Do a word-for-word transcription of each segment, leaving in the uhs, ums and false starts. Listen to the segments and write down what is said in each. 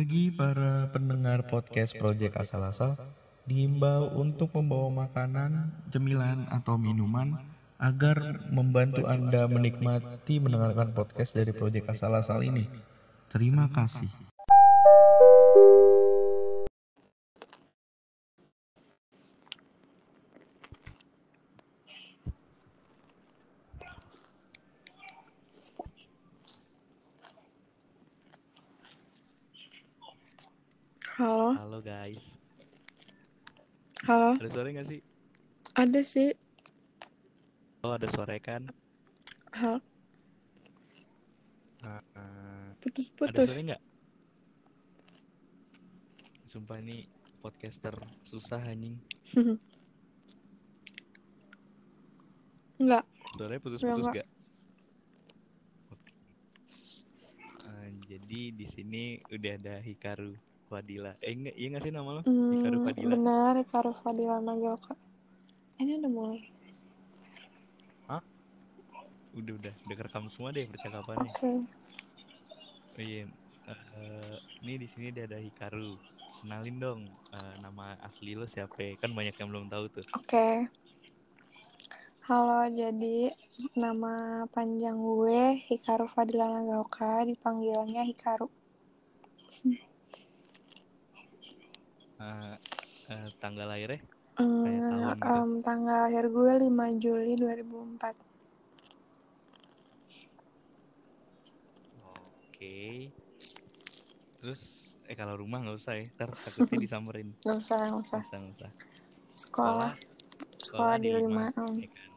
Bagi para pendengar podcast Project Asal-Asal, diimbau untuk membawa makanan, cemilan, atau minuman agar membantu Anda menikmati mendengarkan podcast dari Project Asal-Asal ini. Terima kasih. Halo. Halo guys. Halo. Ada suara nggak sih? Ada sih. Oh ada suara kan? Halo. Uh, uh, Putus-putus. ada suara nggak? Sumpah ini podcaster susah anjing. Enggak. Suaranya putus-putus Enggak. gak? Oke. Uh, jadi di sini udah ada Hikaru Fadila. Eh enggak, iya nggak sih nama lo? Hmm, Hikaru Fadila. benar, Hikaru Fadila Nagoka. Ini udah mulai. Hah? Udah udah udah kerekam semua deh percakapannya. Oke. Okay. Oh iya. Uh, ini di sini udah ada Hikaru. Kenalin dong uh, nama asli lo siapa? Kan banyak yang belum tahu tuh. Oke. Okay. Halo, jadi nama panjang gue Hikaru Fadila Nagaoka, dipanggilnya Hikaru. Uh, uh, tanggal lahirnya? Hmm, Kayak tahun gitu. Um, tanggal lahir gue lima Juli dua ribu empat. Oke. Terus eh kalau rumah nggak usah ya, ntar takutnya disamperin. Nggak usah, nggak usah. Nggak usah, nggak usah. Sekolah. Sekolah, Sekolah di lima. Um. Ya kan?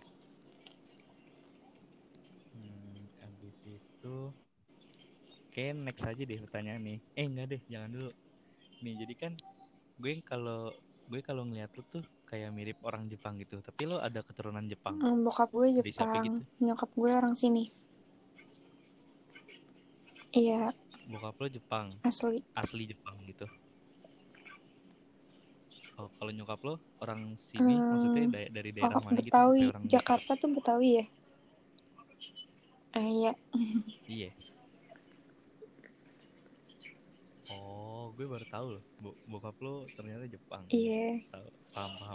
Hmm, abis itu, kayak next aja deh pertanyaan nih. Eh enggak deh, jangan dulu. Nih jadi kan gue kalau gue kalau ngeliat lu tuh kayak mirip orang Jepang gitu. Tapi lo ada keturunan Jepang. Hmm, bokap gue Dari siapa Jepang, gitu? nyokap gue orang sini. Iya. Bokap lo Jepang. Asli. Asli Jepang gitu. Oh, kalau nyokap lo orang sini, Hmm, maksudnya da- dari daerah oh, mana gitu? Betawi. Sampai orang Jakarta tuh Betawi ya? Eh, iya. Iya. Oh, gue baru tahu loh. Bo- bokap lo ternyata Jepang. Iya. Tahu, paham paham.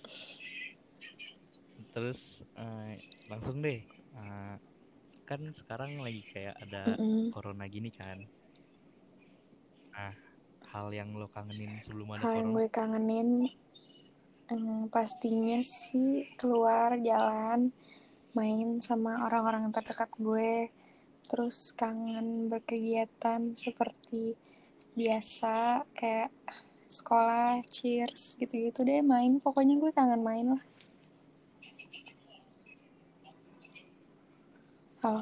Terus uh, langsung deh. Uh, kan sekarang lagi kayak ada Mm-mm. corona gini kan. Nah, hal yang lo kangenin sebelum ada Hal yang corona? gue kangenin hmm, pastinya sih keluar jalan, main sama orang-orang terdekat gue. Terus kangen berkegiatan seperti biasa kayak sekolah, cheers, gitu-gitu deh, main. Pokoknya gue kangen main lah. Halo.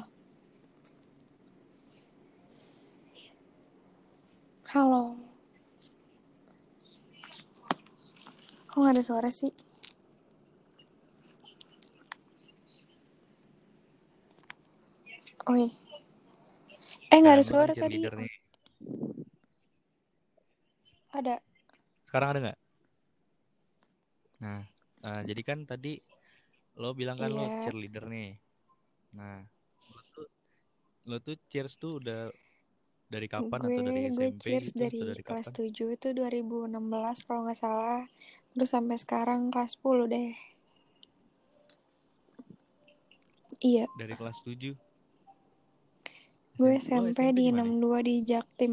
Halo. Kok gak ada suara sih? Oh iya. Eh gak ada suara Kan tadi. Ada. Sekarang ada nggak? Nah, uh, jadi kan tadi lo bilang kan Iya. lo cheerleader nih. Nah, lo tuh lo tuh cheers tuh udah dari kapan gue, atau dari S gue M P cheers gitu dari, atau dari kelas kapan? tujuh itu dua ribu enam belas kalau gak salah. Terus sampai sekarang kelas sepuluh deh. Iya. Dari kelas tujuh. Gue S M- S M P, S M P di di mana? enam dua di Jaktim.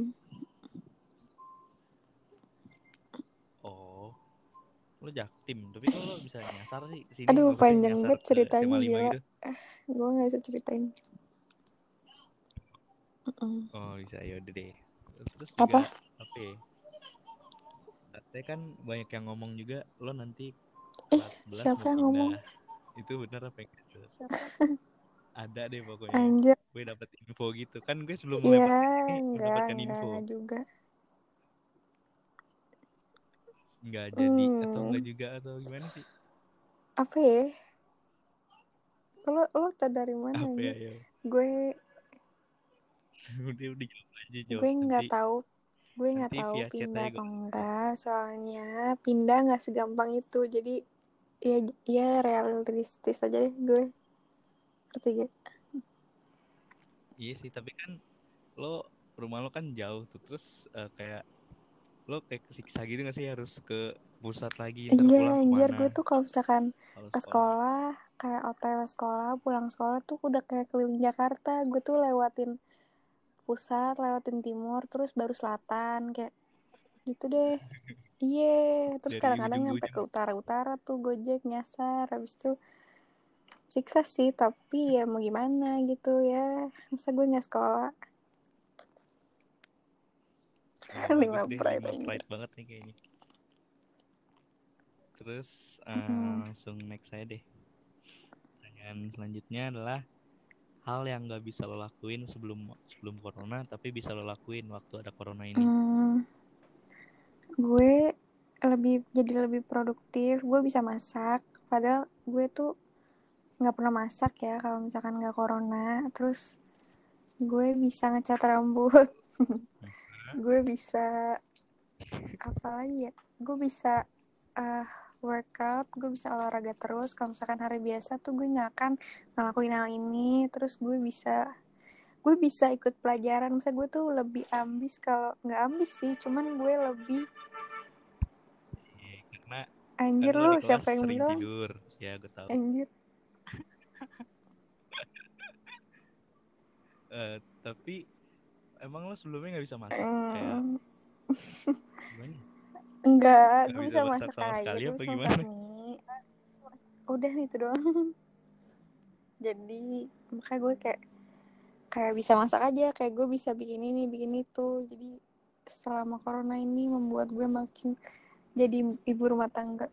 Oh, lo Jaktim. Tapi kok lo bisa nyasar sih sini? Aduh, Maksudnya panjang nyasar banget ke ceritanya, S M A lima gila. gitu? Eh, gue gak bisa ceritain. Mm-mm. Oh bisa, yaudah deh. Terus Apa? juga apa ya? Katanya kan banyak yang ngomong juga lo nanti Eh, kelas sebelas siapa mau yang ngomong? pindah. Itu bener apa enggak tuh? Ada deh pokoknya. Anjir. Gue dapet info gitu. Kan gue sebelum mulai Iya, podcast ini enggak, mendapatkan enggak, info. enggak juga. Enggak jadi Hmm. atau enggak juga atau gimana sih? Apa ya? Lo, lo tau dari mana Apa aja? ya, ya? Gue Udah udah jawab aja, jawab. gue nggak Nanti tahu gue nggak nanti tahu via chat pindah aja atau gue. enggak, soalnya pindah nggak segampang itu. Jadi ya ya realistis aja deh gue. Ngerti gak? Iya sih, tapi kan lo rumah lo kan jauh tuh, terus eh, kayak lo kayak kesiksa gitu gak sih harus ke pusat lagi, ntar Iya, pulang anjir gue kemana tuh kalau misalkan kalau ke sekolah. sekolah, kayak O T W sekolah, pulang sekolah tuh udah kayak keliling Jakarta. Gue tuh lewatin pusat, lewatin timur, terus baru selatan, kayak gitu deh. Iya, terus Dari kadang-kadang ujung ke nyampe ke ujung. utara-utara tuh gojek nyasar, habis itu siksa sih, tapi ya mau gimana gitu ya. Masa gue nggak sekolah? Wah, Lima bagus deh, pride lima anjir. pride banget nih kayaknya. Terus eh, Mm. langsung next saya deh. Pertanyaan selanjutnya adalah hal yang nggak bisa lo lakuin sebelum sebelum corona, tapi bisa lo lakuin waktu ada corona ini. Hmm, gue lebih jadi lebih produktif. Gue bisa masak, padahal gue tuh nggak pernah masak ya kalau misalkan nggak corona. Terus gue bisa ngecat rambut. Gue bisa apa lagi ya, gue bisa uh, workout, gue bisa olahraga terus. Kalau misalkan hari biasa tuh gue nggak akan ngelakuin hal ini. Terus gue bisa gue bisa ikut pelajaran. Misalnya gue tuh lebih ambis, kalau nggak ambis sih, cuman gue lebih Iya, karena kan anjir. lo Lu di kelas siapa yang sering bilang tidur, ya gue tahu. anjir? Eh, tapi emang lo sebelumnya nggak bisa masak? Kayak Hmm, gimana? enggak, Nggak gue bisa bisa masak masak sama air, sekali gue apa bisa masak gimana? mie, udah itu doang. Jadi makanya gue kayak kayak bisa masak aja, kayak gue bisa bikin ini bikin itu. Jadi selama corona ini membuat gue makin jadi ibu rumah tangga.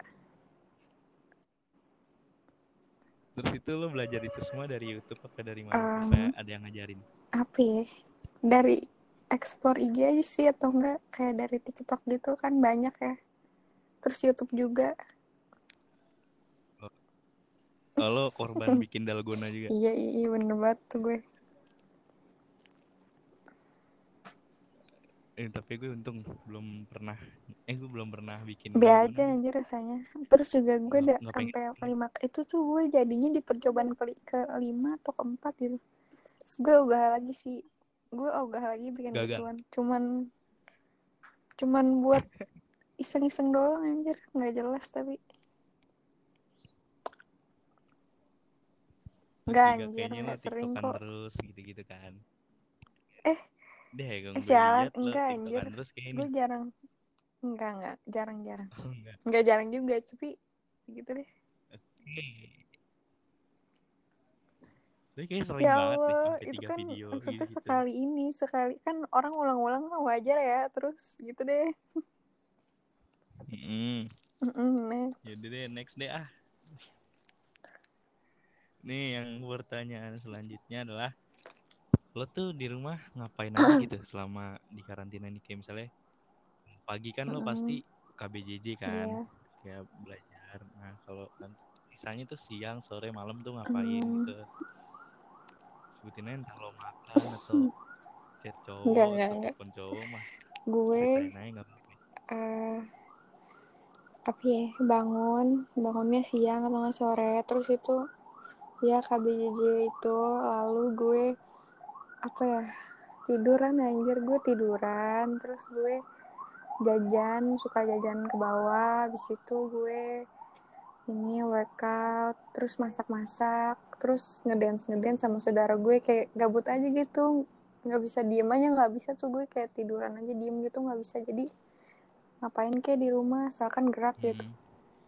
Terus itu lo belajar itu semua dari YouTube apa dari mana? Apa um, ada yang ngajarin? Apa ya, dari explore I G aja sih, atau enggak kayak dari TikTok gitu kan banyak ya, terus YouTube juga. Oh, oh, lo korban bikin dalgona juga. Iya iya bener banget tuh gue. Eh, tapi gue untung belum pernah. Eh, gue belum pernah bikin Be dalgona aja gue. aja rasanya. Terus juga gue Nggak udah nggak pengen. sampai lima itu tuh, gue jadinya di percobaan kali ke lima atau keempat gitu. Terus gue ogah lagi sih, gue ogah lagi bikin Gagal. gituan, cuman cuman buat iseng-iseng doang anjir, nggak jelas. Tapi Terus nggak juga anjir, kayaknya lo nggak sering tiktokan kok. terus gitu-gitu kan. eh Deh, eh yang gue sialan, lihat lo enggak anjir, tiktokan terus kayak ini. gue jarang. Enggak enggak jarang-jarang, Oh, enggak. nggak jarang juga, tapi gitu deh. Oke. Tapi kayaknya sering Ya banget deh Allah, sampai itu tiga kan video maksudnya gitu. sekali ini, sekali kan orang ulang-ulang mah wajar ya, terus gitu deh. Mm-mm. Next. Yaudah deh, next deh ah. Nih yang pertanyaan selanjutnya adalah lo tuh di rumah ngapain aja gitu selama di karantina ini, kayak misalnya pagi kan lo Mm-mm. pasti K B J J kan, Iya. kayak belajar. Nah kalau kan sisanya tuh siang, sore, malam tuh ngapain Mm. gitu. Sebutin aja, entah lo makan atau chat Enggak cowok enggak atau enggak, telepon cowok mah. gue Ceritain aja nggak apa-apa. uh, apa ya, bangun bangunnya siang atau nggak sore, terus itu ya K B J J itu, lalu gue apa ya, tiduran anjir. Gue tiduran, terus gue jajan, suka jajan ke bawah. Habis itu gue ini workout, terus masak-masak, terus ngedance ngedance sama saudara gue, kayak gabut aja gitu. Nggak bisa diem aja, nggak bisa tuh gue, kayak tiduran aja diem gitu nggak bisa. Jadi ngapain kayak di rumah asalkan gerak gitu. Hmm.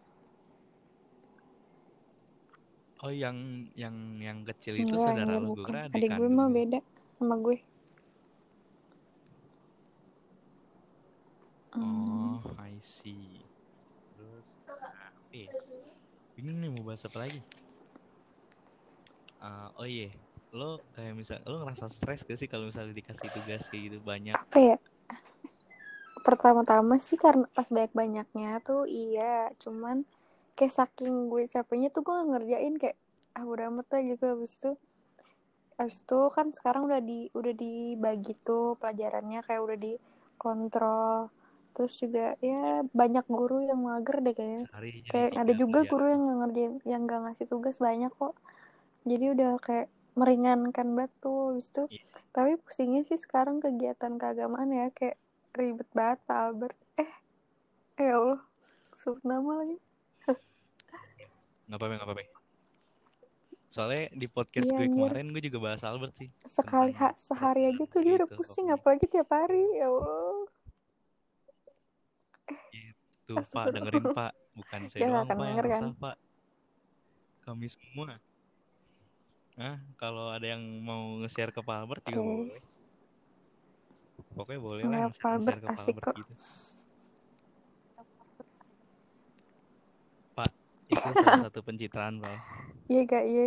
Oh, yang yang yang kecil itu Enggak saudara anjir, lo, gue bukan, kira adik adik gue kandung mah gitu. beda sama gue. hmm. Oh, I see. Terus, nah, oke. Bingung nih mau bahas apa lagi. Ah, oh iya, lo kayak misal, lo ngerasa stres gak sih kalau misalnya dikasih tugas kayak gitu banyak? Apa ya, pertama-tama sih karena pas banyak-banyaknya tuh iya, cuman kayak saking gue capeknya tuh gue ngerjain, kayak ah udah amat lah gitu. Habis itu habis itu kan sekarang udah di udah dibagi tuh pelajarannya, kayak udah dikontrol. Terus juga ya banyak guru yang mager deh kayaknya. Sehari jadi Kayak ada tiga juga guru pelajaran. yang nggak ngerjain, yang nggak ngasih tugas banyak kok. Jadi udah kayak meringankan banget tuh habis itu. Iya. Tapi pusingnya sih sekarang kegiatan keagamaan ya, kayak ribet banget Pak Albert. Eh, eh ya Allah, sebut nama lagi. Nggak apa-apa, nggak apa-apa. Soalnya di podcast Iya gue anjir, kemarin gue juga bahas Albert sih sekali tentang ha- sehari aja tuh program dia udah gitu pusing, pokoknya. apalagi tiap hari, ya Allah. Gitu Pak, dengerin Astagfirullah. Pak, bukan saya Dia nggak doang akan Pak yang denger kan? resah Pak, kami semua. Nah, kalau ada yang mau nge-share ke Pak Albert juga Oke. boleh. Pokoknya boleh lah Enggak, Pak nge-share Albert ke Pak asik Albert kok. gitu. Pak, itu salah satu pencitraan Pak ya. Iya gak, iya.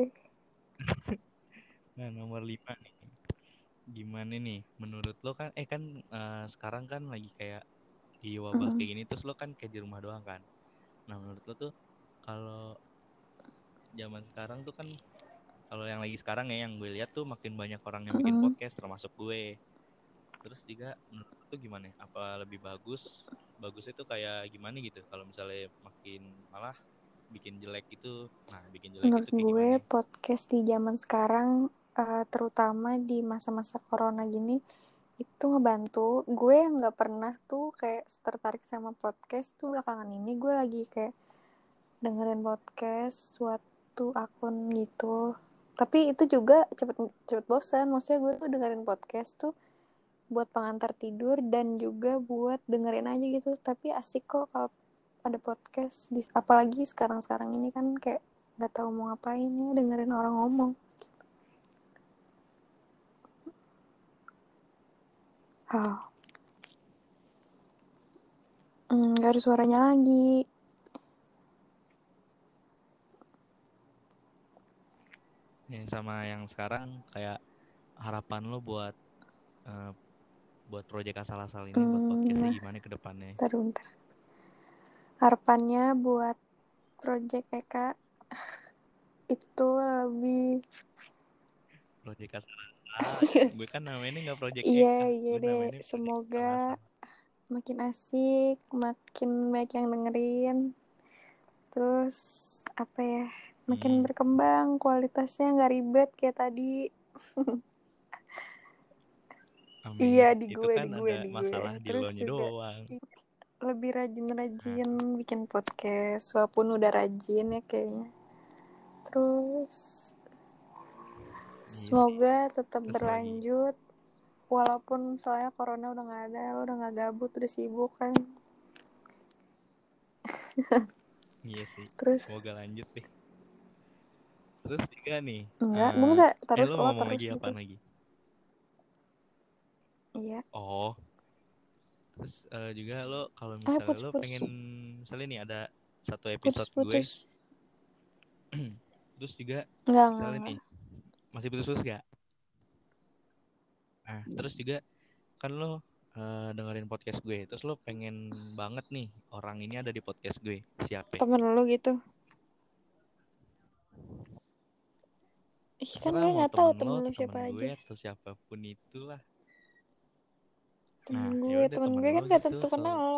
Nah, nomor lima nih. Gimana nih? Menurut lo kan, eh kan eh, sekarang kan lagi kayak di wabah Mm-mm. kayak gini, terus lo kan kayak di rumah doang kan. Nah, menurut lo tuh kalau zaman sekarang tuh kan, kalau yang lagi sekarang ya yang gue lihat tuh makin banyak orang yang bikin Mm-mm. podcast termasuk gue. Terus juga menurut lo tuh gimana? Apa lebih bagus? Bagus itu kayak gimana gitu? Kalau misalnya makin malah bikin jelek itu, nah bikin jelek Menurut itu kayak gue gimana? podcast di zaman sekarang, eh, terutama di masa-masa corona gini, itu ngebantu. Gue yang nggak pernah tuh kayak tertarik sama podcast tuh belakangan ini gue lagi kayak dengerin podcast suatu akun gitu. Tapi itu juga cepet cepet bosan. Maksudnya gue tuh dengerin podcast tuh buat pengantar tidur dan juga buat dengerin aja gitu. Tapi asik kok kalau ada podcast. Apalagi sekarang-sekarang ini kan kayak nggak tahu mau ngapain ya dengerin orang ngomong. Hah. Hmm, gak ada suaranya lagi. Ya, sama yang sekarang kayak harapan lo buat eh, buat proyek asal-asal ini, buat Hmm, podcastnya nah, gimana ke depannya? bentar, bentar. Harapannya buat Project Eka itu lebih, Proyek asal-asal, gue kan namanya nggak proyek iya Eka, iya gue deh, namanya proyek semoga asal-asal. makin asik, makin banyak yang dengerin, terus apa ya, makin Hmm, berkembang kualitasnya, nggak ribet kayak tadi. Iya, amin. di Itu gue kan di gue ada di gue masalah di terus lo nya juga doang. lebih Nah, rajin-rajin bikin podcast walaupun udah rajin ya kayaknya. Terus iya sih. semoga tetap Terus apa lagi? berlanjut walaupun soalnya corona udah nggak ada, lo udah nggak gabut, udah sibuk kan. Iya sih. Terus Semoga lanjut deh. Terus juga nih. enggak, gue eh bisa eh terus lo lo mau ngomong terus lagi gitu. apaan lagi? Iya. Oh, terus eh, juga lo kalau Ah, misalnya lo putus-putus, pengen, misalnya nih ada satu episode gue, putus-putus. terus juga Enggak, enggak, misalnya enggak. nih masih putus-putus gak? Nah, terus juga kan lo eh, dengerin podcast gue, terus lo pengen banget nih orang ini ada di podcast gue, siapa? Temen lu gitu. Ih, kan Terserah gue mau nggak tahu temen lo temen lu atau siapa temen gue aja. atau siapapun itulah. Temen Nah, ya gue, udah temen temen gue lo kan gak gitu. tentu So, kenal lo.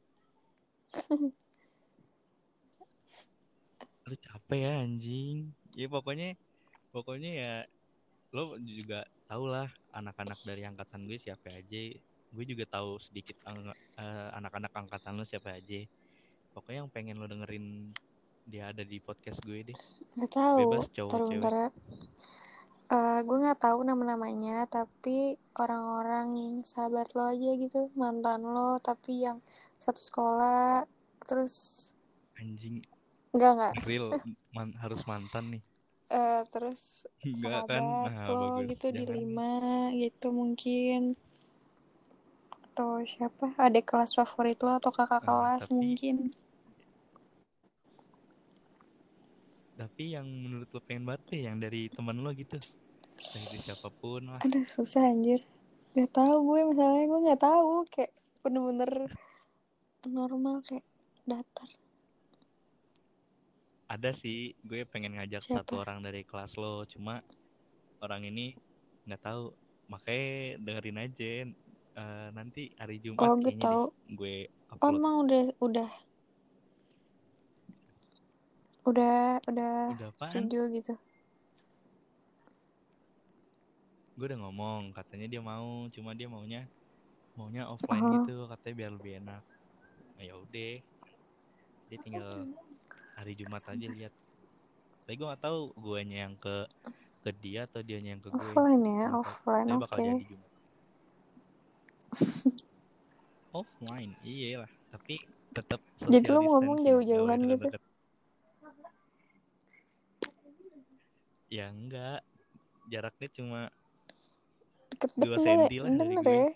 lu capek ya anjing. Ya pokoknya pokoknya ya lo juga tau lah anak-anak dari angkatan gue siapa aja. Gue juga tahu sedikit ang- eh, anak-anak angkatan lo siapa aja. Pokoknya yang pengen lo dengerin dia ada di podcast gue deh. Nggak tahu. Bebas cowok Taruh bentar cewek. ya. Eh, gue nggak tahu nama-namanya, tapi orang-orang sahabat lo aja gitu, mantan lo, tapi yang satu sekolah, terus Anjing enggak enggak, real man- harus mantan nih. Eh, terus Enggak kan? sahabat Nah, lo bagus. gitu di Jangan. lima gitu mungkin, atau siapa, adik kelas favorit lo atau kakak Eh, kelas tapi mungkin. tapi yang menurut lo pengen banget deh yang dari teman lo gitu. Entah itu siapapun lah. Aduh susah anjir, nggak tahu gue, masalahnya gue nggak tahu, kayak bener-bener normal, kayak datar. Ada sih, gue pengen ngajak satu Siapa? orang dari kelas lo, cuma orang ini nggak tahu. Makanya dengerin aja. Eh, nanti hari Jumat Oh gue kayaknya deh tahu. gue Oh upload. emang udah udah udah udah Udah apaan? setuju gitu. gue udah ngomong katanya dia mau, cuma dia maunya maunya offline Oh, gitu, katanya biar lebih enak. Nah, ya udah, dia tinggal hari Jumat aja lihat. Tapi gue nggak tahu guanya yang ke ke dia atau dianya yang ke gue. offline ya, Nggak tahu. offline. Tapi bakal Oke. jadi Jumat. Offline, iya lah. Tapi tetap Jadi social lo ngomong distancing, nggak boleh jauh-jauhan gitu. deket-deket. Ya enggak, jaraknya cuma Deket-deket dua enggak ya? senti lah dari Bener gue. ya?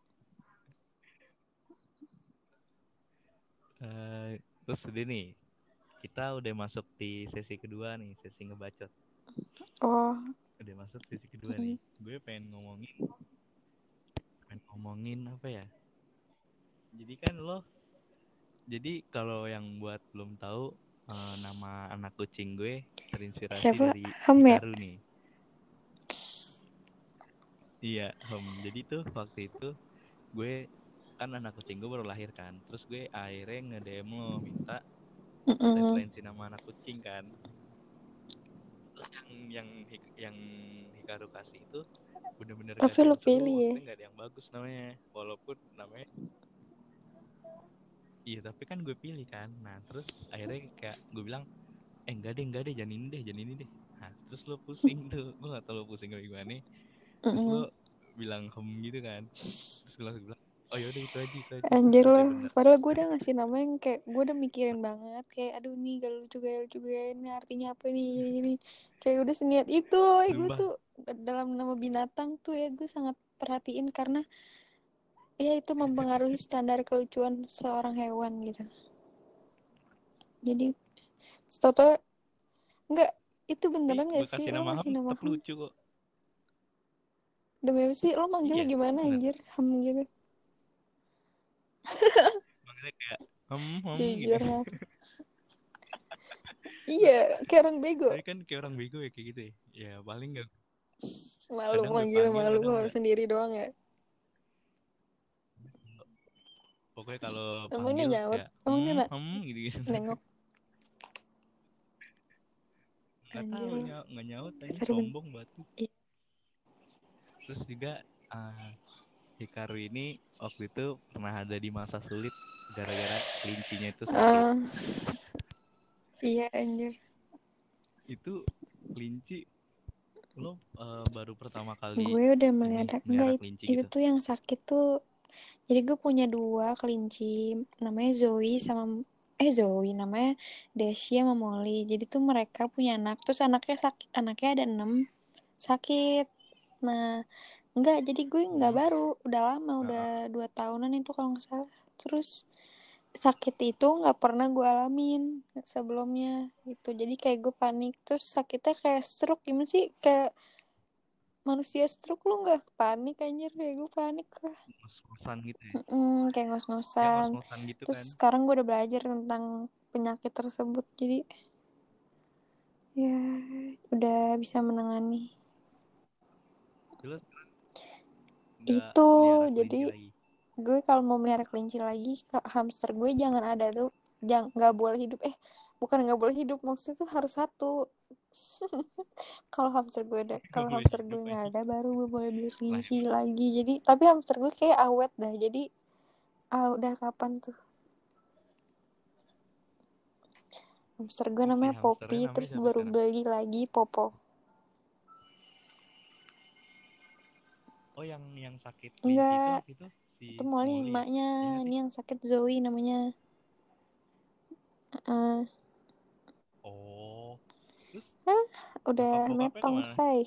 Eh, terus udah nih, kita udah masuk di sesi kedua nih, sesi ngebacot. Oh. Udah masuk sesi kedua nih. Mm. Gue pengen ngomongin, pengen ngomongin apa ya? Jadi kan lo, jadi kalau yang buat belum tahu, eh, nama anak kucing gue terinspirasi Siapa? dari Hem ya? Hikaru nih. Iya, Hem. Jadi tuh waktu itu gue kan anak kucing gue baru lahir kan. Terus gue akhirnya nge-D M lo minta Mm-mm. referensi nama anak kucing kan. Terus yang yang Hik- yang Hikaru kasih itu bener-bener gak Tapi ada lo yang seru, pilih ya? maksudnya gak ada yang bagus namanya. Walaupun namanya, iya tapi kan gue pilih kan. Nah terus akhirnya kayak gue bilang, eh enggak deh, enggak deh, jangan ini deh, jangan ini deh. Nah terus lo pusing tuh, gue gak tau lo pusing kayak gimana. Terus lo Mm-mm. bilang hem gitu kan. Terus gue langsung bilang, oh yaudah itu aja, itu aja. Anjir Terus ya lah, bener. padahal gue udah ngasih nama yang kayak gue udah mikirin banget kayak aduh nih gak lucu gak lucu gak ini artinya apa nih ini, ini. Kayak udah seniat itu, eh gue Sumpah, tuh dalam nama binatang tuh ya gue sangat perhatiin karena ya itu mempengaruhi standar kelucuan seorang hewan gitu. Jadi setahu enggak itu tapi beneran gue gak sih kasih lo nama ngasih hem nama tetap Ham? lucu kok. Demi apa sih lo manggilnya Iya, gimana bener. anjir Ham gitu? Makanya kayak hem hem gitu. Jujur Ham. Iya kayak orang bego. Tapi kan kayak orang bego ya kayak gitu ya. Ya paling gak, Malu kadang gue manggil panggil, malu kadang kalau enggak. sendiri doang ya. Pokoknya kalau Emang dia panggil nyaut? kayak Emang dia hmm nak hmm gitu gitu. nengok? Nggak Anjir tahu lo. nyaut nggak nyaut aja, Aduh ben. sombong batu. Ih. Terus juga uh, Hikaru ini waktu itu pernah ada di masa sulit gara-gara kelincinya itu sakit. Ah, iya anjir. Itu kelinci lo uh, baru pertama kali Gue udah ini melihara enggak melihara it- kelinci itu gitu. tuh yang sakit tuh. Jadi gue punya dua kelinci, namanya Zoe sama eh Zoe namanya Deshi sama Molly. Jadi tuh mereka punya anak, terus anaknya sakit, anaknya ada enam sakit. Nah, enggak, jadi gue enggak Hmm. baru, udah lama, Uh, udah uh. dua tahunan itu kalau nggak salah. Terus sakit itu nggak pernah gue alamin sebelumnya gitu. Jadi kayak gue panik, terus sakitnya kayak stroke gimana sih? Kayak manusia stroke lu nggak panik anjir kayak gue panik kah? Ngos-ngosan gitu ya. Mm, kayak Ya ngos-ngosan. ngos-ngosan gitu Terus kan. sekarang gue udah belajar tentang penyakit tersebut. Jadi ya udah bisa menangani. Terus nggak Itu melihara kelinci jadi lagi. gue kalau mau melihara kelinci lagi, hamster gue jangan ada dulu, jangan nggak boleh hidup. Eh bukan nggak boleh hidup, maksudnya tuh harus satu. Kalau hamster gue ada, Nggak kalau boleh hamster gue hidup nggak aja ada, baru gue boleh beli lah. kelinci lagi. Jadi tapi hamster gue kayak awet dah. Jadi ah udah kapan tuh? Hamster gue Terus si namanya hamsternya Poppy, namanya terus siapa baru sekarang? beli lagi Popo. Oh yang yang sakit kelinci itu Enggak, waktu itu si itu Molly Molly ya? emaknya. Iya nggak Ini sih? yang sakit Zoe namanya. Uh, Oh, terus ah, udah bokap bokapnya metong kemana? say.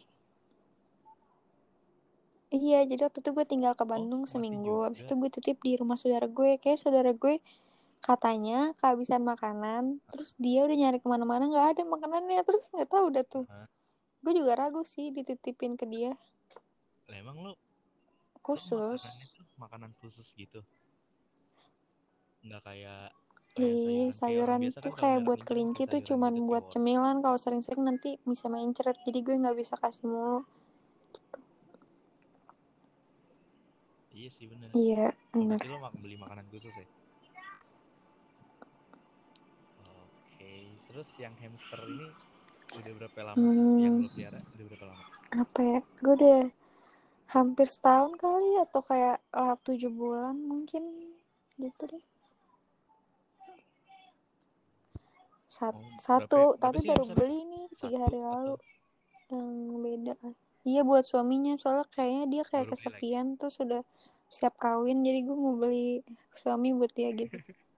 Iya, jadi waktu itu gue tinggal ke Oh Bandung mati seminggu. Habis juga. itu gue titip di rumah saudara gue. Kayak saudara gue katanya kehabisan makanan. Terus dia udah nyari kemana-mana nggak ada makanannya. Terus nggak tahu udah tuh. Aha. Gue juga ragu sih dititipin ke dia. Lah emang lo lo Khusus. makanannya tuh makanan khusus gitu, nggak kayak kayak Ih, sayuran kayak orang sayuran biasa kan tuh kalau kayak melihara buat kelinci kan kelinci pakai tuh sayuran cuman gitu kayak buat wortel. cemilan. Kalau sering-sering nanti bisa mencret. Jadi gue nggak bisa kasih mulu. Iya sih bener. Iya, Oh bener. berarti lo mak beli makanan khusus ya? Oke, terus yang hamster ini udah berapa lama tuh yang Hmm, lo pelihara, udah berapa lama? apa ya? Gue udah hampir setahun kali atau kayak lah tujuh bulan mungkin gitu deh. Sat- Oh, satu berapa berapa tapi sih baru hamsternya? beli nih tiga Satu hari lalu atau yang beda. Iya buat suaminya soalnya kayaknya dia kayak baru beli lagi? kesepian tuh sudah siap kawin jadi gue mau beli suami buat dia gitu.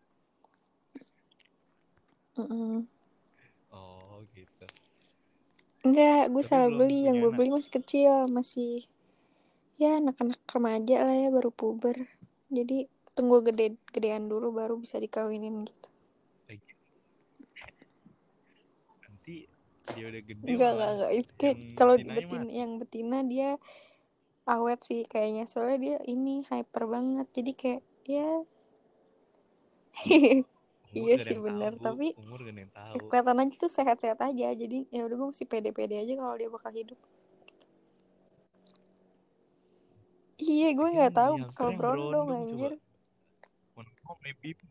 Mm-mm. Oh gitu. Enggak, gue Tapi salah belum beli. Yang punya gue anak. beli masih kecil, masih ya anak-anak remaja lah ya, baru puber. Jadi tunggu gede gedean dulu baru bisa dikawinin gitu. Lagi. Nanti dia udah gede Enggak, enggak, malah enggak. Itu yang kayak kalau betinanya betina, mati. yang betina dia awet sih kayaknya. Soalnya dia ini hyper banget. Jadi kayak ya Umur iya gak ada sih yang tahu, bener. Bu. Tapi Umur gak ada yang ya tahu. kelihatan aja tuh sehat-sehat aja. Jadi ya udah gue mesti pede-pede aja kalau dia bakal hidup. Iya, gue Lagian nggak tahu nih hamster kalau yang berondong berondong coba. anjir. Mana mau sama ibu-ibu.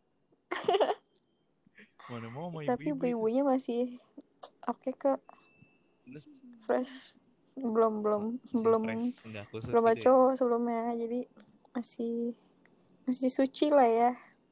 Mana mau sama Tapi ibu-ibu itu. ibu-ibunya masih oke ke Terus fresh. Belum belum masih belum fresh, nggak kusut belum ada gitu ya. cowok sebelumnya. Jadi masih masih suci lah ya.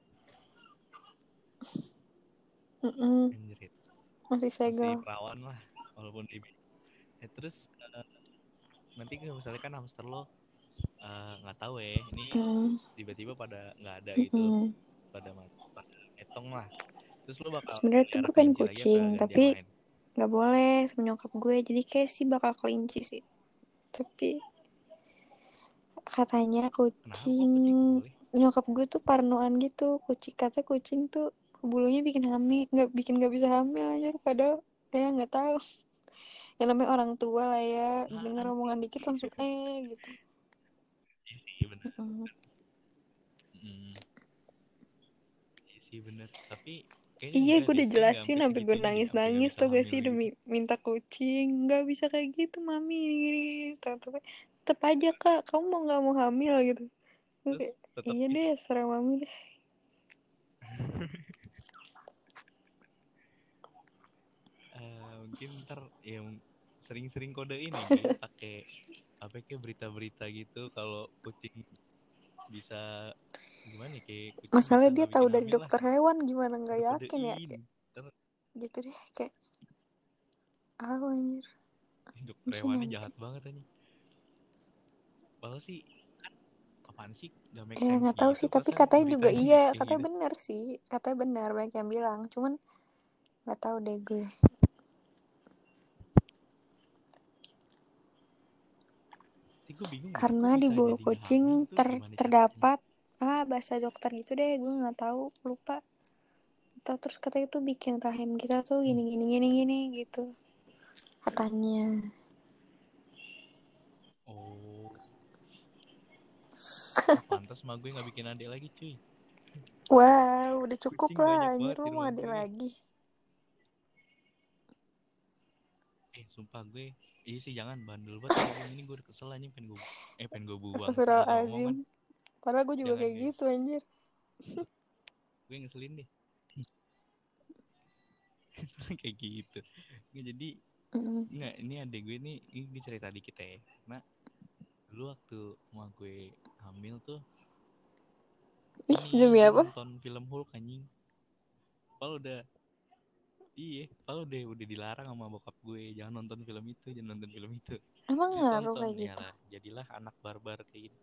Mm-mm, Anjrit. masih Masih segel. perawan lah. Walaupun ibu. Eh, terus eh, nanti kalau misalnya kan hamster lo eh, nggak tahu ya. Ini Mm, tiba-tiba pada nggak ada gitu. mm-mm. Pada mati. Pada etong lah. Terus lo bakal Sebenarnya tuh pelihara gue pengen kelinci lagi apa kucing, gantian tapi main? nggak boleh sama nyokap gue. Jadi kayak sih bakal kelinci sih. Tapi katanya Kenapa kok kucing, kucing nggak boleh? nyokap gue tuh parnoan gitu. Kucing katanya kucing tuh bulunya bikin hamil, nggak bikin nggak bisa hamil aja. Padahal ya nggak tahu. Yang namanya orang tua lah ya, denger Apaan? omongan dikit langsung eh gitu. Iya sih bener. Mm. Hmm, iya sih bener. Tapi kayaknya Iya, enggak gue deh. udah Kayaknya nggak jelasin sampai sampai gue segitunya deh. Sampai nggak nangis-nangis bisa tuh gak hamil sih demi gitu. minta kucing. Nggak bisa kayak gitu, mami. Gini, tapi tetep aja kak, kamu mau nggak mau hamil gitu. Gue Terus kayak, tetap iya deh, gitu. serah mami deh. Eh, mungkin ntar ya sering-sering kodein ya Gi pakai apa kayak berita-berita gitu kalau kucing bisa gimana ya, kayak kucing bisa Masalah dia nggak tahu bikin dari hamil lah. dokter hewan, gimana nggak Udah yakin ya kodein kayak ntar gitu deh, kayak ah anjir, dokter mungkin hewannya nanti. jahat banget aja. Padahal sih apaan sih gak make Eh sense nggak tahu gitu sih, tapi perasaan katanya juga beritanya iya, kayak katanya gitu. benar sih, katanya benar banyak yang bilang, cuman nggak tahu deh gue. Tapi gue bingung deh kok Karena di bisa bulu jadi nggak hamil kucing tuh ter gimana ceritanya. terdapat ah bahasa dokter gitu deh, gue nggak tahu, lupa. Atau terus katanya itu bikin rahim kita tuh Hmm. gini gini gini gini gitu katanya. Oh, oh pantas mah gue nggak bikin adik lagi cuy. Wow, udah cukup Kucing lah banyak anjir, banget lu di mau rumah adik gue. lagi. Eh sumpah gue iya sih jangan bandel banget kucing ini gue udah kesel aja pengen gue eh pengen gue buang salah ngomong Astagfirullahaladzim, kan. padahal gue juga Jangan kayak guys, gitu anjir. gue ngeselin deh. Kayak gitu nggak jadi Mm. nggak ini adek gue nih ini cerita dikit ya karena dulu waktu mau gue hamil tuh Ih ini demi dia apa, nonton film Hulk anjing. Padahal udah iya padahal udah udah dilarang sama bokap gue jangan nonton film itu jangan nonton film itu. emang Terus ngaruh tonton kayak ya gitu? lah jadilah anak barbar kayak gini.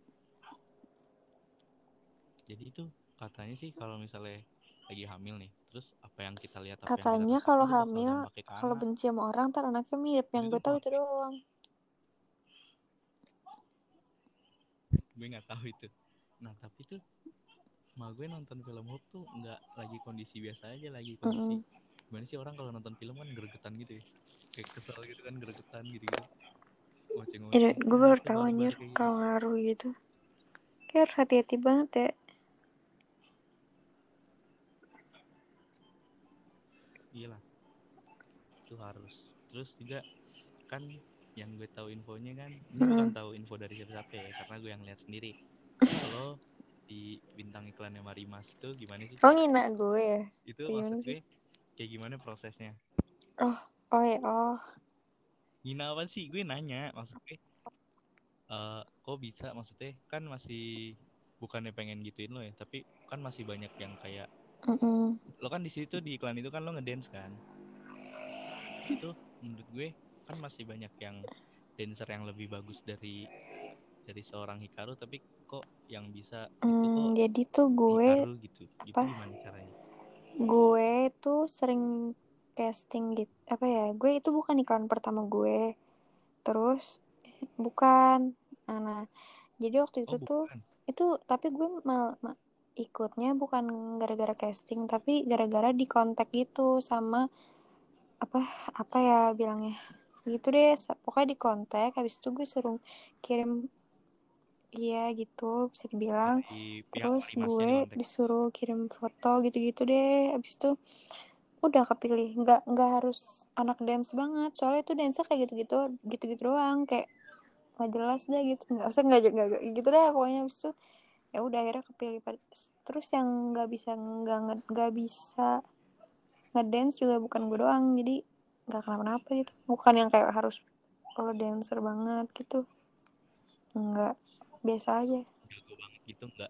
Jadi itu katanya sih kalau misalnya lagi hamil nih terus apa yang kita lihat apa yang kita Katanya rasakan kalau tuh bakal hamil, dampaknya ke kalau anak. benci sama orang ntar anaknya mirip, yang Jadi gue tuh tahu mak itu doang. gue nggak tahu itu. Nah tapi tuh mak gue nonton film Hulk tuh nggak lagi kondisi biasa aja lagi kondisi Mm-mm. gimana sih orang kalau nonton film kan gregetan gitu ya kayak kesel gitu kan gregetan gitu-gitu Ya, ngoceh-ngoceh gue eh baru anaknya tahu barbar anjir kayak gitu. kalau ngaruh gitu. Kayak harus hati-hati banget ya. Iyalah itu harus terus juga kan yang gue tahu infonya kan ini bukan Mm-mm. tahu info dari siapa-siapa ya karena gue yang lihat sendiri kalau di bintang iklannya Marimas itu gimana sih Oh ngina gue ya, itu itu maksud gimana sih? gue kayak gimana prosesnya. Oh, oh ya, oh. Ngina apa sih gue nanya maksud gue eh, kok bisa, maksudnya kan masih bukannya pengen gituin lo ya, tapi kan masih banyak yang kayak Mm-mm. lo kan di situ di iklan itu kan lo ngedance kan. Itu menurut gue kan masih banyak yang dancer yang lebih bagus dari dari seorang Hikaru, tapi kok yang bisa itu Hmm, kok jadi tuh gue Hikaru gitu. Itu apa? gimana caranya? Gue tuh sering casting gitu. Apa ya? Gue itu bukan iklan pertama gue. Terus bukan. Nah, nah, jadi waktu Oh itu tuh bukan. itu tapi gue mal, ma- ikutnya bukan gara-gara casting, tapi gara-gara di kontak gitu sama apa apa ya bilangnya gitu deh. Pokoknya di kontak, habis itu gue suruh kirim, iya gitu bisa dibilang. Dari pihak Terus animasinya gue di kontak. disuruh kirim foto gitu-gitu deh. Habis itu udah kepilih. Nggak nggak harus anak dance banget. Soalnya itu dance kayak gitu-gitu, gitu-gitu doang. Kayak nggak jelas deh gitu. Nggak usah nggak nggak nggak- gitu deh pokoknya. Habis itu ya udah akhirnya kepilih. Terus yang nggak bisa nggak nggak nggak bisa ngedance juga bukan gue doang. Jadi nggak kenapa-napa gitu. Bukan yang kayak harus lo dancer banget gitu. Nggak, biasa aja. Jago banget gitu enggak?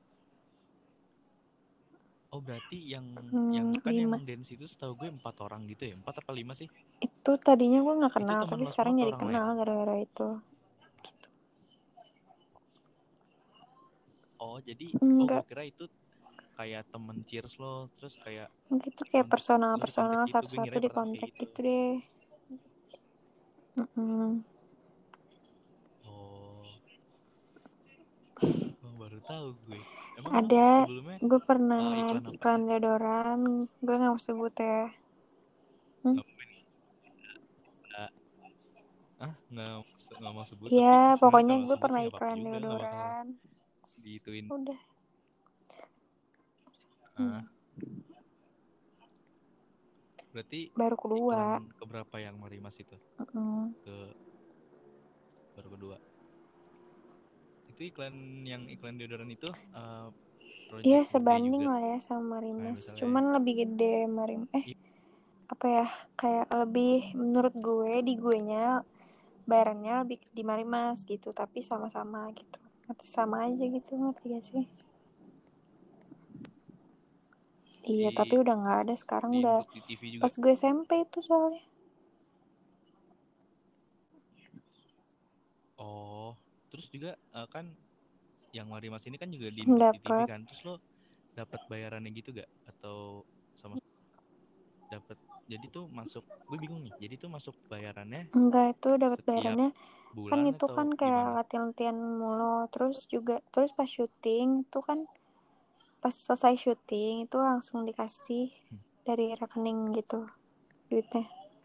Oh berarti yang yang Hmm, kan yang lima. dance itu setahu gue empat orang gitu ya, empat apa lima sih? Itu tadinya gue nggak Itu kenal, teman tapi lo semua sekarang atau jadi orang lain? kenal gara-gara itu. Gitu. Oh jadi, oh gue Enggak, kira itu kayak temen cheers lo, terus kayak gitu kayak kontak lo di kontak personal-personal gitu, gue satu-satu ngira di pertama kayak kontak gitu. gitu deh. Mm-mm. Oh, oh baru tahu gue. Emang lo Ada, sebelumnya gue uh, pernah iklan di apa iklan aja? deodoran, gue nggak mau sebut ya. Hmm? Ngapain? Uh, ah nggak nggak mau sebut, Iya, tapi sebenarnya pokoknya kalau gue sebut sih pernah nggak apa-apa iklan juga, nggak bakal deodoran. diituin. Udah. Ah, Hmm. berarti Baru iklan kedua. keberapa yang Marimas itu? Mm-mm. Ke baru kedua. Itu iklan yang iklan deodoran itu uh, Iya project gede sebanding juga. lah ya sama Kayak Marimas. misalnya, Cuman lebih gede Marim. Eh iya, apa ya? Kayak lebih menurut gue di gue nya bayarannya lebih di Marimas gitu, tapi sama-sama gitu. Ngerti sama aja gitu, ngerti gak sih? Iya, tapi di udah nggak ada sekarang, di udah infus di T V juga. pas gue S M P itu soalnya. Oh, terus juga uh, kan yang Marimas ini kan juga diinput di T V Dapat kan. Terus lo dapat bayarannya gitu gak? Atau sama dapat? Jadi tuh masuk, gue bingung nih. Jadi tuh masuk bayarannya enggak, itu dapat setiap bayarannya kan, bulan itu atau kan kayak gimana? latihan-latihan mulu. Terus juga terus pas syuting itu kan, pas selesai syuting itu langsung dikasih Hmm. dari rekening gitu duitnya.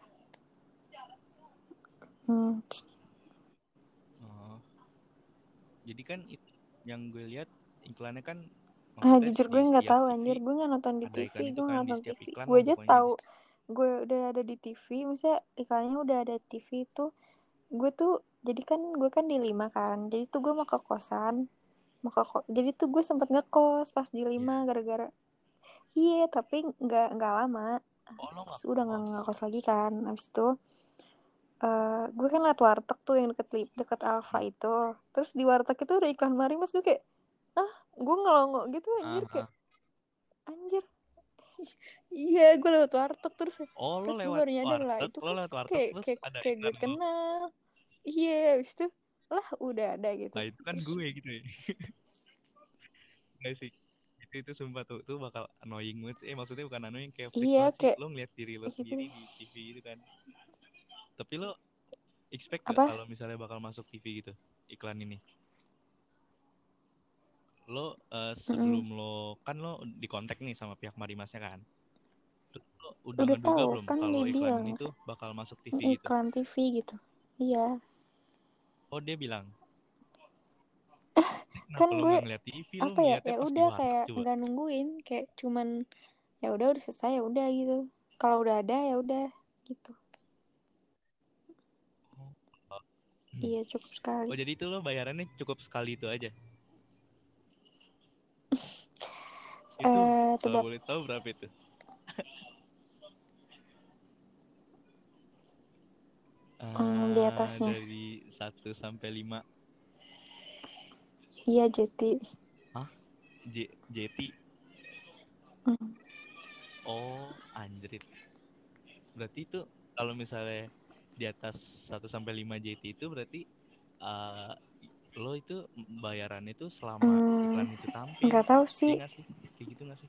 Hmm. Oh, jadi kan it- yang gue lihat iklannya kan Ah, maksudnya jujur di gue nggak setiap tahu T V anjir, gue nggak nonton di ada T V, iklan itu gue nggak kan, di nonton setiap T V, iklan gue lah aja pokoknya tahu di gue udah ada di T V, misalnya iklannya udah ada T V itu. Gue tuh jadi kan gue kan di lima kan, jadi tuh gue mau ke kosan, mau ke ko- jadi tuh gue sempet ngekos pas di ya. lima gara-gara, iya tapi nggak nggak lama. Oh lo Terus nggak udah nggak kos? ngekos lagi kan, abis itu eh gue kan liat warteg tuh yang deket li- deket Alfa Hmm. itu. Terus di warteg itu udah iklan Marimas, gue kayak ah, gue ngelongo gitu anjir, Ah, kayak ah. anjir. Iya, gue lewat warteg terus Oh lo terus gue lewat baru nyadar lah warteg, itu lo kok lewat warteg kayak terus kayak ada kayak gue iklan lo. kenal. Iya, habis itu lah udah ada gitu. Nah itu kan Terus gue gitu ya. Nggak sih, itu itu sumpah tuh tuh bakal annoying banget, eh maksudnya bukan annoying, kayak freak iya banget sih kayak lo ngeliat diri lo gitu sendiri deh. di T V gitu kan. Tapi lo expect gak Apa? kalau misalnya bakal masuk T V gitu iklan ini? Lo eh, Mm-mm. sebelum lo kan lo dikontak nih sama pihak Marimasnya kan, terus lo udah Udah ngeduga tahu belum kan kalau iklan dibilang ini tuh bakal masuk T V gitu? iklan T V gitu. Iya, Oh dia bilang. kan Kenapa lo gue nggak ngeliat T V, lo apa ya, ngeliatnya ya pas di udah warteg kayak coba? nggak nungguin, kayak cuman ya udah udah selesai ya udah gitu. Kalau udah ada ya udah gitu. Oh, oh. Iya cukup sekali. Oh jadi itu lo bayarannya cukup sekali itu aja? Itu Eh kalau tebak. boleh tahu berapa itu? Hmm, di Eh atasnya. dari satu sampai lima. Iya, Jeti. Hah? J Jeti. Hmm. Oh, anjrit. Berarti itu kalau misalnya di atas satu sampai lima J T itu berarti uh, lo itu bayaran itu selama Hmm, iklan itu tampil. nggak tahu Iya sih. nggak sih? Kayak gitu nggak sih?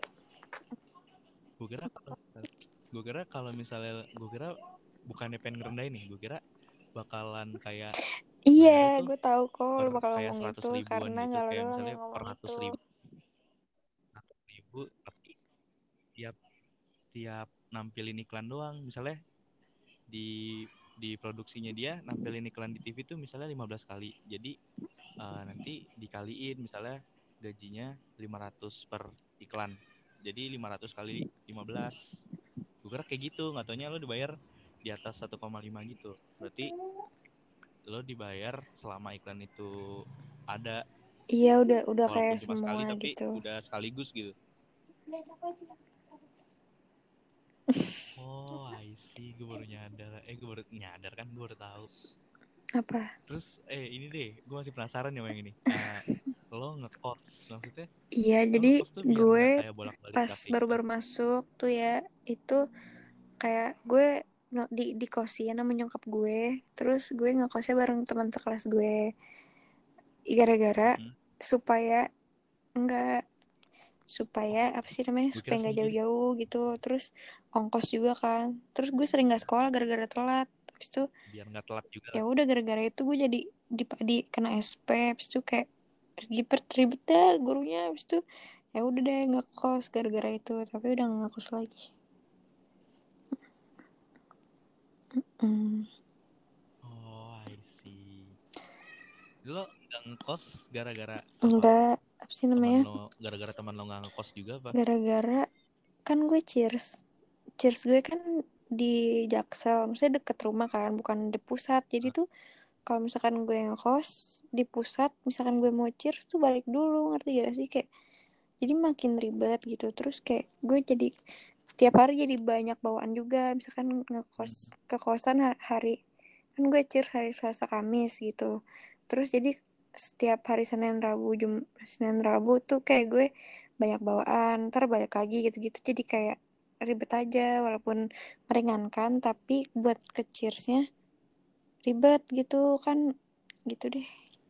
Gue kira kalau gue kira kalau misalnya gue kira bukannya pengen ngerendahin nih, gue kira bakalan kayak bayarnya Iya, tuh gue tahu kok lo per bakal kayak ngomong seratus itu ribuan karena gitu, nggak lo kayak doang misalnya yang per ngomong ratus itu. ribu, ratus ribu, tapi tiap tiap nampilin iklan doang, misalnya di di produksinya dia nampilin iklan di T V tuh misalnya lima belas kali. Jadi uh, nanti dikaliin misalnya gajinya lima ratus per iklan. Jadi lima ratus kali lima belas. Gue kira kayak gitu, nggak taunya lo dibayar di atas satu koma lima gitu. Berarti lo dibayar selama iklan itu ada, Iya, udah udah walaupun kayak cuma sekali semua tapi gitu. udah sekaligus gitu. Oh, I see. Gue baru nyadar. Eh, gue baru nyadar kan, gue baru tahu. Apa? Terus, eh ini deh, gue masih penasaran ya sama yang ini. Uh, lo ngekos, maksudnya Iya, lo jadi ngekos tuh biar nggak gue kayak bolak-balik pas Jakarta. baru-baru masuk tuh ya, itu kayak gue nge- di di kosin sama nyokap gue. Terus gue ngekosnya bareng teman sekelas gue. Gara-gara Mm-mm. supaya enggak Oh, supaya apa sih namanya gue supaya kira nggak sendiri. jauh-jauh gitu, terus ongkos juga kan, terus gue sering nggak sekolah gara-gara telat. Habis itu Biar nggak telat juga ya lah. udah gara-gara itu gue jadi di, di kena S P. Habis itu kayak ribet ribet dah gurunya. Habis itu ya udah deh nggak kos gara-gara itu, tapi udah nggak kos lagi. hmm. Oh, I see. Lo nggak ngekos gara-gara apa? Enggak, apa sih Teman namanya, lo, gara-gara teman lo nggak ngekos juga apa? gara-gara kan gue cheers cheers gue kan di Jaksel, maksudnya deket rumah kan, bukan di pusat. Jadi Hah? tuh kalau misalkan gue ngekos di pusat, misalkan gue mau cheers tuh balik dulu, ngerti gak sih, kayak jadi makin ribet gitu. Terus kayak gue jadi tiap hari jadi banyak bawaan juga. Misalkan ngekos Hmm. ke kosan hari, kan gue cheers hari Selasa Kamis gitu. Terus jadi setiap hari Senin Rabu Jum Senin Rabu tuh kayak gue banyak bawaan, ntar balik lagi gitu-gitu. Jadi kayak ribet aja, walaupun meringankan tapi buat ke cheersnya ribet gitu kan, gitu deh.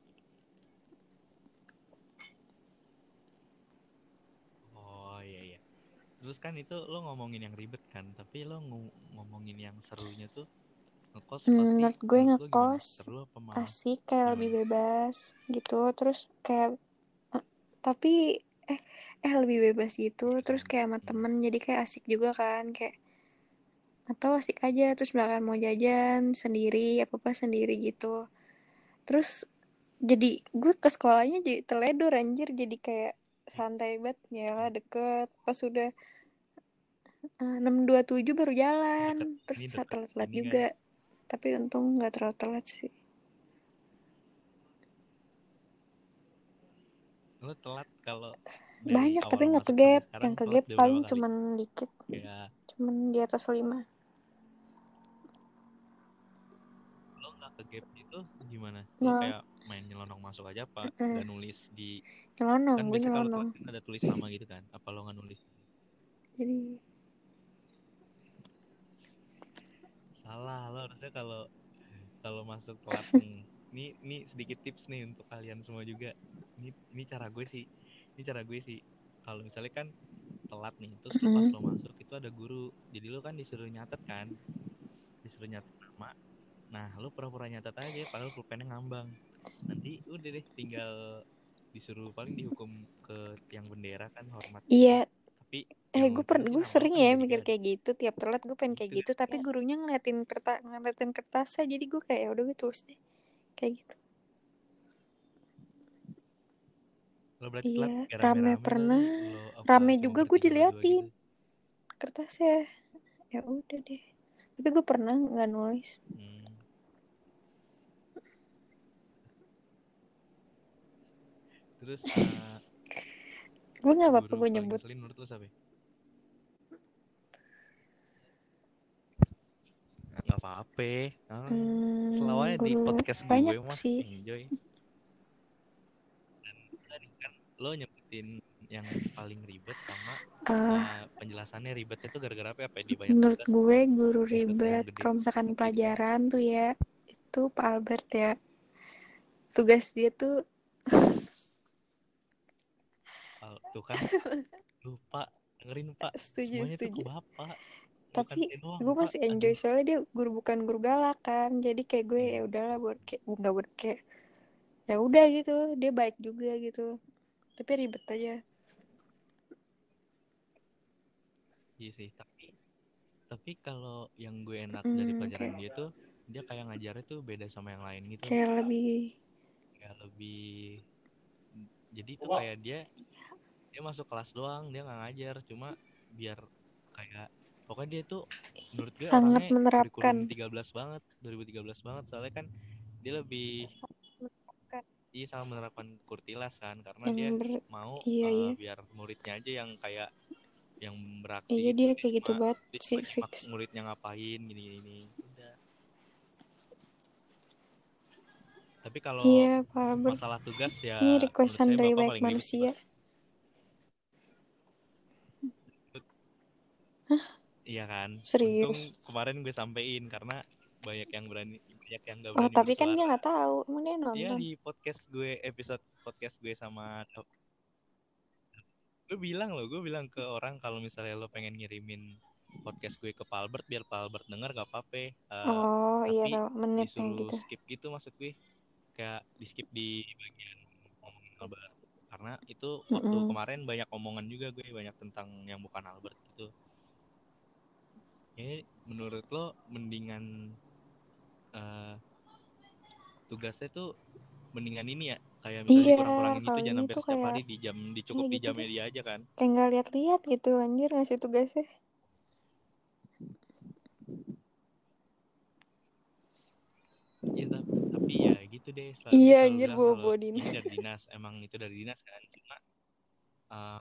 Oh iya iya. Terus kan itu lo ngomongin yang ribet kan, tapi lo ng- ngomongin yang serunya tuh ngekos Hmm, pasti menurut gue menurut lo gimana? ngekos Seru apa malah asik, kayak lebih gimana? bebas gitu. Terus kayak eh, tapi eh eh lebih bebas gitu. Terus Gimana? kayak sama Hmm. temen jadi kayak asik juga kan, kayak atau asik aja. Terus misalkan mau jajan sendiri apa apa sendiri gitu. Terus jadi gue ke sekolahnya jadi teledor anjir, jadi kayak Ini, santai banget ya lah, ini deket. Pas udah eh, enam dua tujuh baru jalan. deket, Terus ini deket telat-telat ini nggak? juga, tapi untung nggak terlalu telat sih. Lo telat kalau dari Banyak tapi awal nggak ke masuk sampai gap. sekarang Yang ke telat gap udah paling berapa kali? cuman dikit, Kayak cuman di atas lima. lo nggak ke gap itu gimana? Lo Nyel kayak main nyelonong masuk aja apa? eh, Nggak nulis di nyelonong kan gue biasanya kalau nyelonong telat kan ada tulis nama gitu kan? Apa lo nggak nulis? jadi Salah, lo harusnya kalau kalau masuk telat nih. Ini ini sedikit tips nih untuk kalian semua juga. Ini ini cara gue sih. Ini cara gue sih. Kalau misalnya kan telat nih, terus lo pas mm, lo masuk itu ada guru. Jadi lo kan disuruh nyatet kan, disuruh nyatet nama. Nah, lo pura-pura nyatet aja, padahal pulpennya ngambang. Nanti udah deh, tinggal disuruh paling dihukum ke tiang bendera kan, hormat iya. gitu. Tapi Eh yang gue per lucunya sih gue nama lo sering kan ya nggak mikir diganti. kayak gitu, tiap telat gue pengen kayak Gitu gitu, kan? tapi gurunya ngeliatin kertas ngeliatin kertasnya, jadi gue kayak "Ya udah gue tulis deh kayak gitu." Lo berarti Iya, telat gak rame rame-rame pernah, kali? Lo apa rame cuma juga gue bertiga berdua diliatin gitu? kertasnya. Ya udah deh, tapi gue pernah nggak nulis. Hmm. Terus uh, Gue nggak apa-apa guru gue paling nyebut. ngeselin menurut lo siapa? Gak apa-apa. Ah, Hmm, selawanya di guru podcast banyak gue mah sih. enjoy. lo nyebutin yang paling ribet sama Eh, uh, penjelasannya ribetnya tuh gara-gara apa? Apa dia banyak menurut tugas gue atau guru tugas-tugas yang ribet gede kalau misalkan gitu kan? pelajaran tuh ya, itu Pak Albert ya. Tugas dia tuh Al- tuh kan lupa dengerin Pak, setuju semuanya tuh ke setuju. Bapak, bukan Tapi saya doang gue Pak. masih enjoy Aduh, soalnya dia guru bukan guru galak kan. Jadi kayak gue iya ya udahlah buat kayak nggak buat kayak ya udah gitu. Dia baik juga gitu. Tapi ribet aja. iya sih. Tapi tapi kalau yang gue enak dari Hmm, pelajaran kayak dia tuh dia kayak ngajarnya tuh beda sama yang lain gitu, kayak lebih kayak lebih, jadi tuh kayak dia dia masuk kelas doang, dia nggak ngajar, cuma biar kayak pokoknya dia tuh menurut gue sangat orangnya kurikulum menerapkan. tiga belas banget, dua ribu tiga belas banget, soalnya kan dia lebih iya sama menerapkan kurtilas kan, karena Yang dia ber mau iya uh, iya. biar muridnya aja yang kayak yang Iya beraksi gitu, dia dia kayak gitu cuma banget dia cuma sih nyimak fix. muridnya ngapain gini gini udah. Tapi kalau Iya Pak Albert. masalah tugas Ini ya menurut requestan saya dari bapak baik paling ribet sih manusia. pak. Iya kan, untung Serius. kemarin gue sampein karena banyak yang berani, banyak yang gak Oh berani tapi kan dia bersuara. nggak tahu. Emang dia Iya nonton. di podcast gue, episode podcast gue sama gue bilang loh, gue bilang ke orang kalau misalnya lo pengen ngirimin podcast gue ke Pak Albert biar Pak Albert denger gak apa-apa. Uh, Oh iya tapi tahu menitnya disuruh gitu. skip gitu maksud gue, kayak di skip di bagian ngomongin Albert karena itu waktu Mm-mm. kemarin banyak omongan juga gue, banyak tentang yang bukan Albert gitu. Ini menurut lo mendingan uh, tugasnya tuh mendingan ini ya, kayak misalnya Iya dikurang-kurangin gitu, kalau jangan ini hampir tuh setiap kayak hari, di jam iya dicukup di gitu jamnya deh. dia aja kan. Kayak nggak lihat-lihat gitu anjir ngasih tugasnya. Iya tapi, tapi ya gitu deh. Sel- Dia Iya selalu anjir bilang kalau bawa-bawa dinas. ini dari dinas, emang itu dari dinas kan. Cuma, uh,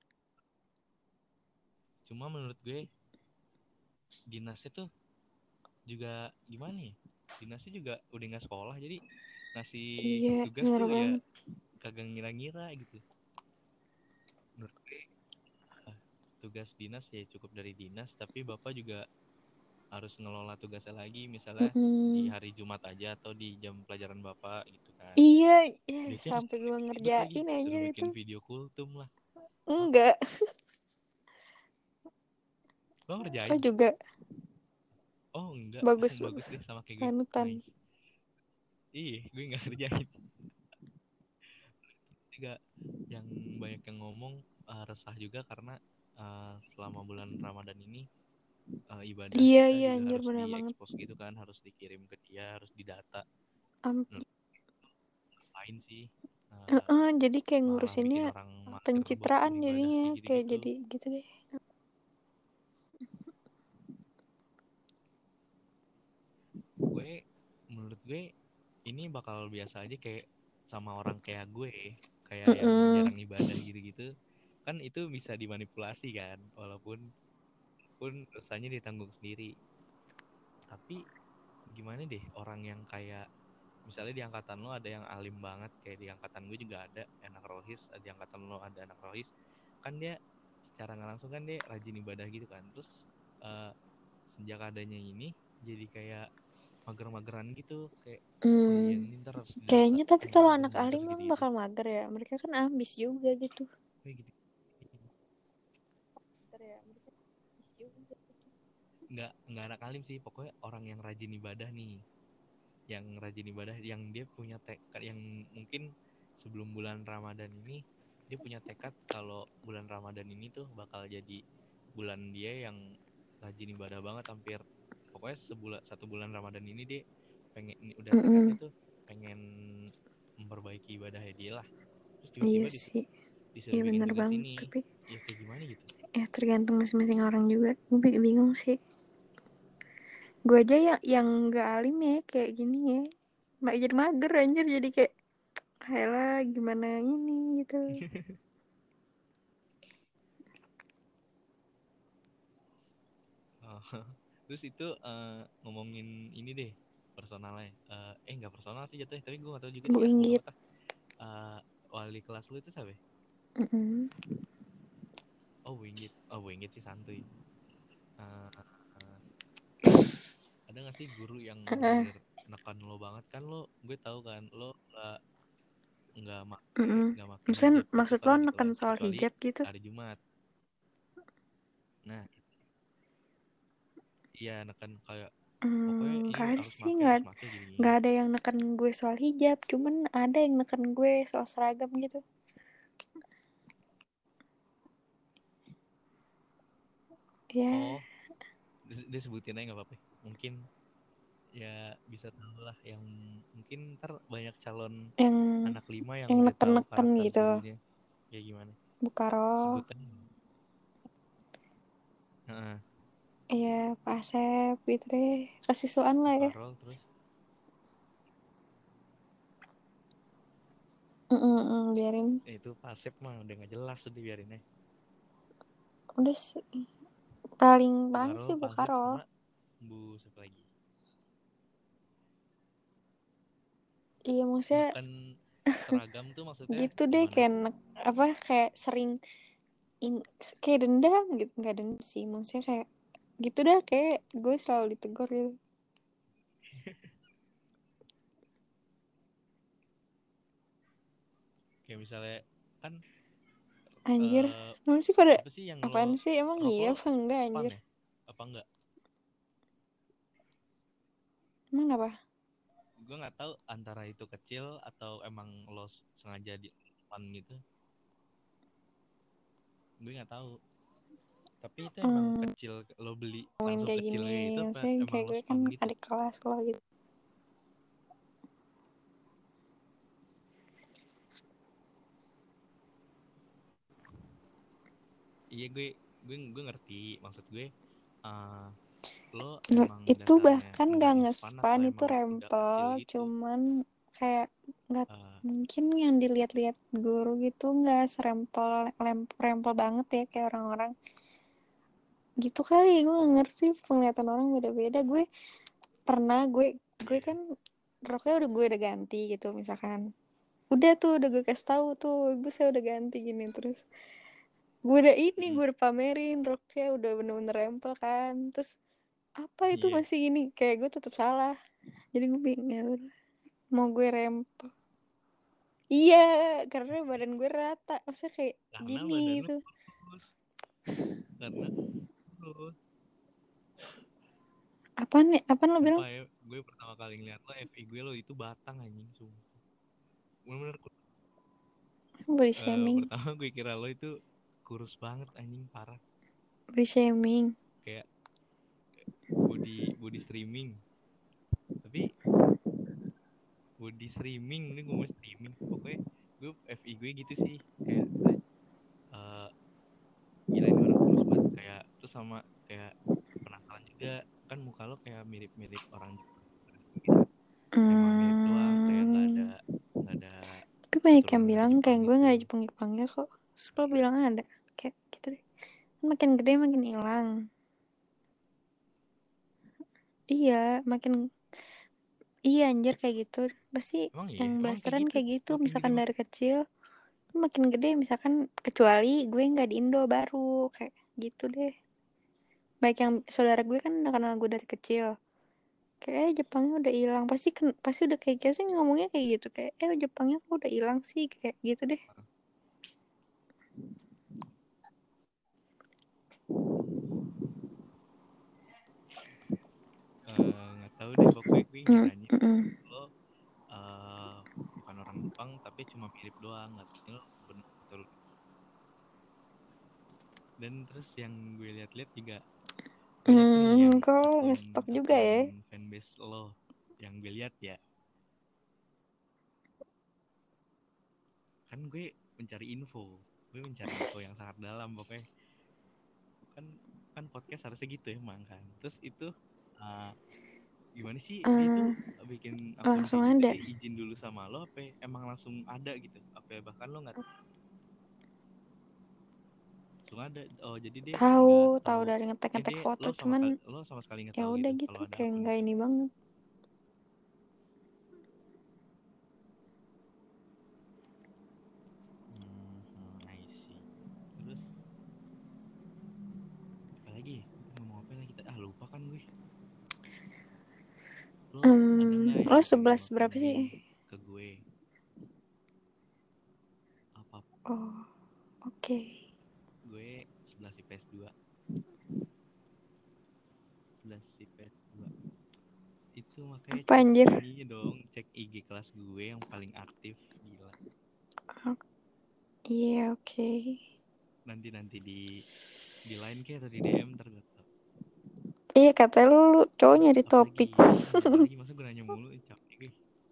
cuma menurut gue dinasnya tuh juga gimana ya? Dinasnya juga udah nggak sekolah, jadi ngasih Iya tugas bener tuh ya banget. kagak ngira-ngira gitu. Menurut gue uh, tugas dinas ya cukup dari dinas, tapi bapak juga harus ngelola tugasnya lagi, misalnya di Mm-mm. hari Jumat aja atau di jam pelajaran bapak gitu kan. Iya eh, Duitnya harus sampai gue ribet lagi, ngerjain suruh anjir itu. bikin video kultum lah. Oh, Enggak. lo Oh ngerjain? juga Oh enggak, bagus bagus deh sama kayak gue. panutan. Nice. Iya, gue nggak ngerjain. Juga yang banyak yang ngomong uh, resah juga karena uh, selama bulan Ramadan ini uh, ibadah Iya kita iya juga anjir harus bener banget. diekspos gitu kan, harus dikirim ke dia, harus didata. Am- Menurut ngapain sih? Uh, Heeh, jadi kayak malah bikin ngurusinnya orang mager buat pencitraan beribadah jadinya kayak kayak gitu-gitu. jadi gitu deh. Gue, menurut gue ini bakal biasa aja kayak sama orang kayak gue, kayak yang Mm-mm. jarang ibadah gitu-gitu. Kan itu bisa dimanipulasi kan, walaupun pun dosanya ditanggung sendiri. Tapi gimana deh orang yang kayak misalnya di angkatan lo ada yang alim banget, kayak di angkatan gue juga ada anak rohis, di angkatan lo ada anak rohis, kan dia secara nggak langsung kan dia rajin ibadah gitu kan. Terus uh, sejak adanya ini jadi kayak mager-mageran gitu, kayak oh iya Hmm. ini ntar harus didata, Kayaknya tapi ah kalau mager anak mager alim memang gitu-gitu, bakal mager ya. Mereka kan ambis juga gitu. kayak gitu. Mager ya, mereka ambis juga gitu. nggak nggak anak alim sih, pokoknya orang yang rajin ibadah nih, yang rajin ibadah, yang dia punya tekad, yang mungkin sebelum bulan Ramadan ini dia punya tekad kalau bulan Ramadan ini tuh bakal jadi bulan dia yang rajin ibadah banget, hampir pokoknya sebulan satu bulan Ramadan ini dia pengen, udah tekadnya Mm-mm. tuh pengen memperbaiki ibadahnya dia lah. Terus Iya tiba-tiba dis- sih. disuruh Iya bikin bener tugas banget. ini, Tapi ya kayak gimana gitu. ya tergantung masing-masing orang juga. Gue bingung sih. Gue aja yang yang nggak alim ya kayak gini ya. Mak jadi mager anjir jadi kayak Hayalah gimana ini gitu. Oh, terus itu uh, ngomongin ini deh personalnya, uh, eh nggak personal sih jatuhnya, tapi gue nggak tahu juga Bu sih, ah bodo Inggit. amat ah. Uh, wali kelas lu itu siapa? Mm-mm. Oh Wingit, oh Wingit sih santuy. Uh, uh, ada nggak sih guru yang Uh-uh. bener-bener nekan lo banget kan lo? Gue tahu kan lo nggak nggak make Mm-mm. nggak make Maksudnya, hijab gitu maksud lo kalau di neken kelas soal kecuali hijab gitu? hari Jumat. Nah, iya neken kayak pokoknya Hmm, iya gak ada harus sih, make nggak harus make gini-gini. nggak ada yang neken gue soal hijab, cuman ada yang neken gue soal seragam gitu. Ya, Oh, dis- disebutin aja nggak apa-apa. Mungkin ya bisa tahu lah yang mungkin ntar banyak calon yang anak lima yang yang udah tahu neken-neken karakter gitu, gurunya kayak gimana. Bukaro. Sebutan. Heeh, Iya, Pak Asep gitu deh. Kesiswaan lah ya. Bukarol terus. Mm-mm, biarin. Eh, itu Pasep mah udah nggak jelas tuh dibiarin aja. Udah sih. Paling paling Bukarol, sih Pasep Bukaro. sama Bu siapa lagi? Iya, maksudnya Neken seragam tuh maksudnya gitu deh, gimana? kayak nek- apa kayak sering in, kayak dendam gitu, nggak dendam sih, maksudnya kayak gitu dah, kayak gue selalu ditegur gitu. Kayak misalnya kan Anjir, eh emang sih pada apa sih yang apaan lo sih, emang rok iya lo apa enggak span anjir, ya? Apa enggak? emang apa? Gue nggak tahu antara itu kecil atau emang lo sengaja di span gitu. Gue nggak tahu. Tapi itu emang Hmm, kecil lo beli ngomongin langsung kayak kecil gini, kayak gitu apa maksudnya emang kayak lo gue kan spam gitu? adik kelas lo gitu. Iya gue gue gue ngerti maksud gue. Uh, lo Nggak, emang itu dasarnya bahkan nggak gak ngespan atau ngespan, itu emang udah rempel, kecil gitu? cuman kayak nggak Uh, mungkin yang dilihat-lihat guru gitu nggak serempel lem- rempel banget ya kayak orang-orang gitu kali. Gue gak ngerti, penglihatan orang beda-beda. Gue pernah, gue gue yeah. kan roknya udah gue udah ganti gitu misalkan, udah tuh udah gue kasih tahu tuh ibu saya udah ganti gini, terus gue udah ini Mm, gue udah pamerin roknya udah bener-bener rempel kan, terus apa itu yeah. masih gini, kayak gue tetap salah. Jadi gue bingung, ya udah, mau gue rempel. Iya, karena badan gue rata, maksudnya kayak Karena gini badan lo gitu. kurus. Karena kurus. Apaan nih, apaan lo bilang? Sumpah ya, gue pertama kali ngeliat lo F I gue lo itu batang anjing, sumpah. Bener-bener Body uh, shaming, pertama gue kira lo itu kurus banget anjing parah. body shaming. Kayak body body streaming. Tapi body streaming ini gue mau streaming. Pokoknya gue F I gue gitu sih. Kayak uh, gila ini orang kurus banget kayak terus sama kayak penasaran juga kan muka lo kayak mirip-mirip orang Jepang gitu. Emang mirip doang kayak nggak ada Hmm, nggak ada tapi banyak yang keturunan dari bilang Jepang kayak gue gitu. gak ada Jepang-Jepangnya kok. Terus lo bilang ada, kayak gitu deh. Makin gede makin hilang. Iya, makin iya anjir kayak gitu. Pasti Emang iya yang emang kayak blasteran gitu kayak gitu, makin gede misalkan makin dari kecil makin gede, misalkan kecuali gue nggak di Indo baru kayak gitu deh. Baik yang saudara gue kan udah kenal gue dari kecil. Kayak eh, Jepangnya udah hilang. Pasti ken, pasti udah kayak gitu sih ngomongnya kayak gitu, kayak eh Jepangnya kok udah hilang sih, kayak gitu deh. Eh, nggak tahu deh pokoknya gue Mm, ngiranya mm, mm. lo eh bukan orang Jepang tapi cuma mirip doang nggak tahu lo betul. Dan terus yang gue lihat-lihat juga banyak nih Hmm, yang kok ngestok akun juga akun ya? fanbase lo yang gue lihat ya. Kan gue mencari info gue mencari info yang sangat dalam pokoknya kan kan podcast harusnya gitu emang kan terus itu uh, gimana sih dia tuh Hmm, bikin akun langsung kayak gitu ada. dia izin dulu sama lo apa emang langsung ada gitu apa bahkan lo nggak langsung ada oh jadi dia nggak Tahu, tahu tahu dari eh ngetek-ngetek dia foto, lo sama cuman kali lo sama sekali nggak ya tahu udah gitu gitu, kalau ada kayak akun nggak itu. ini banget. Hmm, hmm, nice. yang Lo pengen lo sebelas berapa lakuin sih? ke gue apa Oh, oke. gue sebelas I P S dua sebelas I P S dua itu makanya Apa cek anjir? ininya dong, cek I G kelas gue yang paling aktif, gila. Oh, iya, oke. Nanti nanti di di line kayak atau di D M ntar gue tau. Iya, kata lu, lu cowok nyari Terus topik. apalagi hmm, apalagi masa gue nanya mulu, capek gue.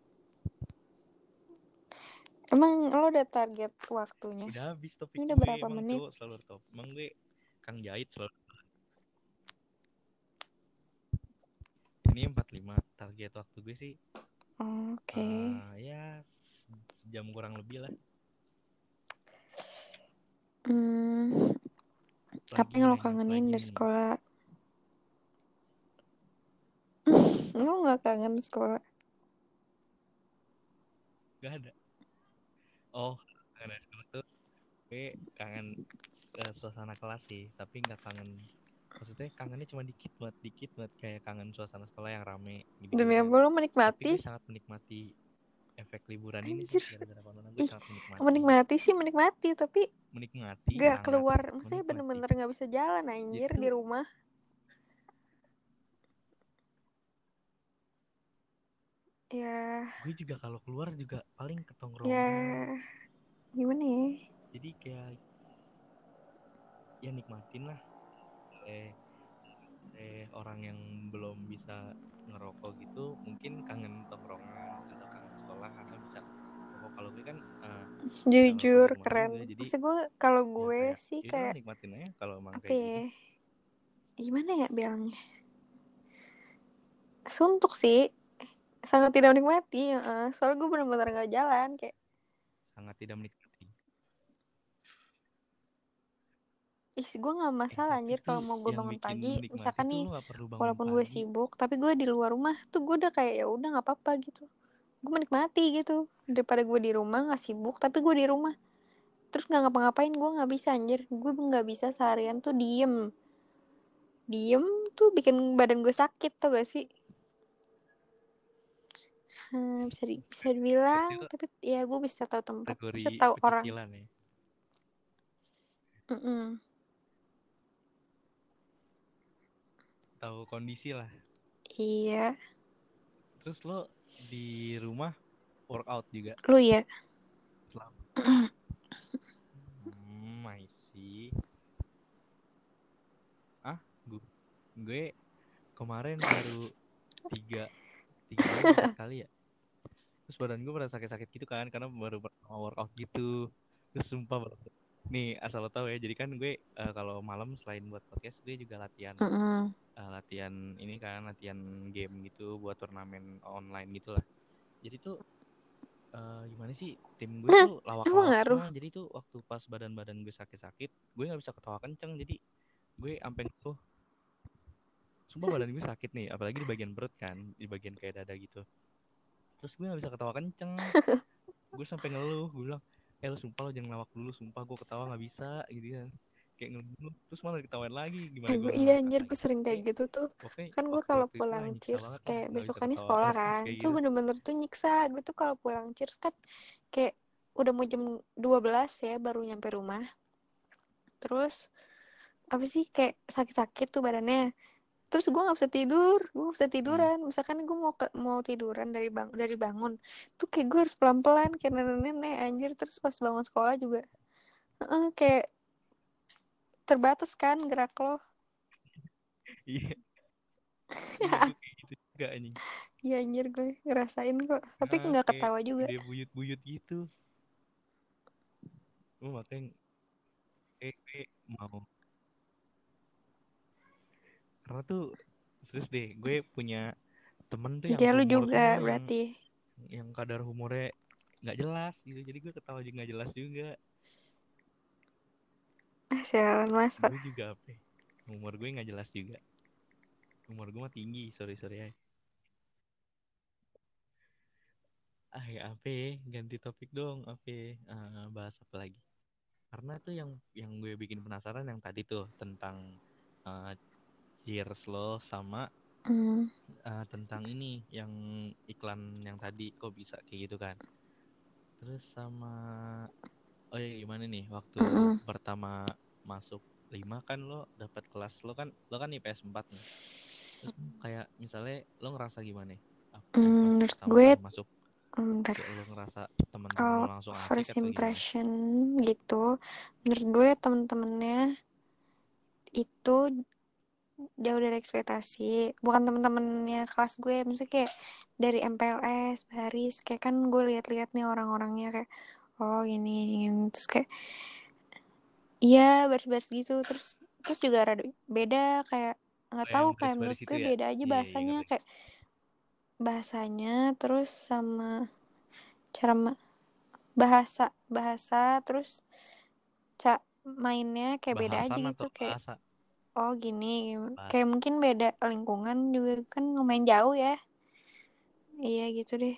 Emang lo udah target waktunya? Udah habis topik Ini udah gue, berapa emang menit? cowok selalu top, emang gue Kang Jahit selalu. Ini empat puluh lima, target waktu gue sih Oke. Okay. uh, ya sejam kurang lebih lah. Hmm, apa Lagi yang lo nanya apa kangenin lagi dari nih? sekolah? Lo gak kangen sekolah? Gak ada. Oh, kangen dari sekolah tuh gue kangen uh, suasana kelas sih, tapi nggak kangen. Maksudnya kangennya cuma dikit banget, dikit banget kayak kangen suasana sekolah yang rame gitu-gitu Demi kan. apa lo Tapi gue menikmati? sangat menikmati efek liburan ini sih, Anjir. gara-gara corona gue Ih, sangat menikmati. menikmati sih menikmati, tapi Menikmati, gak sangat keluar. Maksudnya menikmati. bener-bener gak bisa jalan anjir Itu di rumah. Ya, gue juga kalau keluar juga paling ke ya tongkrongan. gimana ya? Jadi kayak ya nikmatin lah. Eh, eh orang yang belum bisa ngerokok gitu mungkin kangen tongkrongan atau kangen sekolah karena bisa rokok. Kalau gue kan uh, bisa ngerokok di Jujur rumah juga, keren. jadi Maksud gue kalau ya gue kayak sih ya udahlah kayak nikmatin aja kalau emang apa kayak gitu. ya? Gimana ya bilangnya? Suntuk sih. Sangat tidak menikmati. Uh, soalnya gue bener-bener gak jalan kayak. Sangat tidak menikmati. Ih, gue gak Eh masalah tapi anjir kalau tuh mau gue yang bangun bikin pagi. menikmati Misalkan tuh nih, lu nggak perlu bangun walaupun gue pagi. sibuk, tapi gue di luar rumah tuh gue udah kayak ya udah nggak apa-apa gitu. Gue menikmati gitu daripada gue di rumah nggak sibuk, tapi gue di rumah terus nggak ngapa-ngapain. Gue nggak bisa anjir. Gue nggak bisa seharian tuh diem. Diem tuh bikin badan gue sakit tau gak sih? Hmm, bisa di, bisa Berarti dibilang, lu tapi ya gue bisa tahu tempat, bisa kategori tahu orang. pecicilan ya. Mm-mm. Tahu kondisi lah. Iya, Terus lo di rumah workout juga lu ya. selama. Hmm, I see. Ah, gue, gue kemarin baru tiga tiga kali apa empat kali ya. Terus badan gue pada sakit-sakit gitu kan karena baru pertama workout gitu. Terus sumpah banget. Nih asal lo tahu ya, jadi kan gue uh, kalau malam selain buat podcast gue juga latihan Mm-mm. uh, latihan ini kan, latihan game gitu buat turnamen online gitu lah. Jadi tuh uh, gimana sih, tim gue tuh Emang lawak-lawak ngaruh? semua. Jadi tuh waktu pas badan-badan gue sakit-sakit, gue nggak bisa ketawa kenceng. Jadi gue ampe tuh sumpah badan gue sakit nih, apalagi di bagian perut kan, di bagian kayak dada gitu. Terus gue nggak bisa ketawa kenceng. Gue sampai ngeluh, gue bilang, eh lu sumpah lo jangan ngelawak dulu, sumpah gue ketawa nggak bisa gitu kan. Kayak ngeluh, terus malah diketawain lagi, gimana Eh, gue gue nggak iya ngakak anjir, gue lagi. sering kayak Kayak gitu tuh. pokoknya Kan gue kalau waktu-waktu itu ah pulang nyiksa cheers banget lah, kayak nggak bisa besokannya ketawa sekolah terus kan, kayak tuh gitu. bener-bener tuh nyiksa. Gue tuh kalau pulang cheers kan kayak udah mau jam dua belas ya baru nyampe rumah. Terus apa sih kayak sakit-sakit tuh badannya. Terus gue nggak bisa tidur, gue nggak bisa Hmm. tiduran. Misalkan gue mau ke, mau tiduran dari bang dari bangun, tuh kayak gue harus pelan-pelan kayak nenek-nenek anjir. Terus pas bangun sekolah juga, eh, kayak terbatas kan gerak lo. Iya, iya gue kayak gitu juga anjing. Ya anjir gue ngerasain kok, tapi Nah, nggak kayak ketawa juga. dia buyut-buyut gitu. Gue makanya kayak, kayak mau, karena tuh serius deh, gue punya temen tuh yang Ya lu humor juga semua, yang berarti. yang kadar humornya nggak jelas gitu, jadi gue ketawa juga nggak jelas juga. Ah, sialan masa. Gue juga apa ya, humor gue nggak jelas juga, humor gue mah tinggi, sorry sorry ya. Ah ya apa ya, ganti topik dong, apa ya? Eh, bahas apa lagi, karena tuh yang yang gue bikin penasaran yang tadi tuh tentang uh, cheers lo sama Hmm. uh, tentang ini yang iklan yang tadi kok bisa kayak gitu kan. Terus sama oh ya gimana nih waktu Mm-mm. pertama masuk lima kan lo dapat kelas lo kan lo kan I P S empat nih. Terus kayak misalnya lo ngerasa gimana nih? Ap- yang pas Hmm, menurut pertama gue, kali masuk bentar. kayak lo ngerasa teman-teman lo Kalau langsung asik first atau gimana? impression gitu, menurut gue temen-temennya itu jauh dari ekspektasi. Bukan temen-temennya kelas gue, maksudnya kayak dari M P L S, Baris, kayak kan gue lihat-lihat nih orang-orangnya kayak oh gini, gini. Terus kayak iya baris-baris gitu. Terus terus juga rada beda kayak nggak Oh, tahu yang kayak menurut baris-baris itu gue ya? beda aja Iya iya bahasanya ngerti. kayak bahasanya terus sama cara ma- bahasa bahasa terus ca mainnya kayak beda aja Bahasan gitu atau kayak bahasa? oh gini Bahasa. kayak mungkin beda lingkungan juga kan lumayan jauh ya. Iya gitu deh.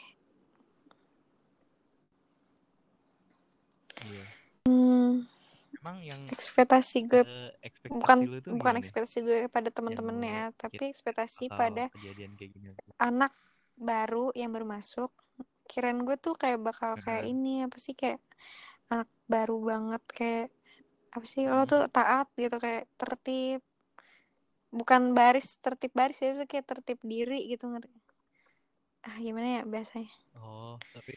Iya. Hmm, Emang yang ekspektasi gue eh, ekspektasi bukan lu tuh bukan gimana nih? ekspektasi gue pada Yang lo teman-temannya, kira tapi ekspektasi bakal pada kejadian kayak gini? anak baru yang baru masuk. Kirain gue tuh kayak bakal kayak Heeh. ini apa sih kayak anak baru banget kayak apa sih lo Hmm. tuh taat gitu kayak tertib bukan baris tertib baris ya maksudnya kayak tertib diri gitu ngerti ah gimana ya biasanya Oh, tapi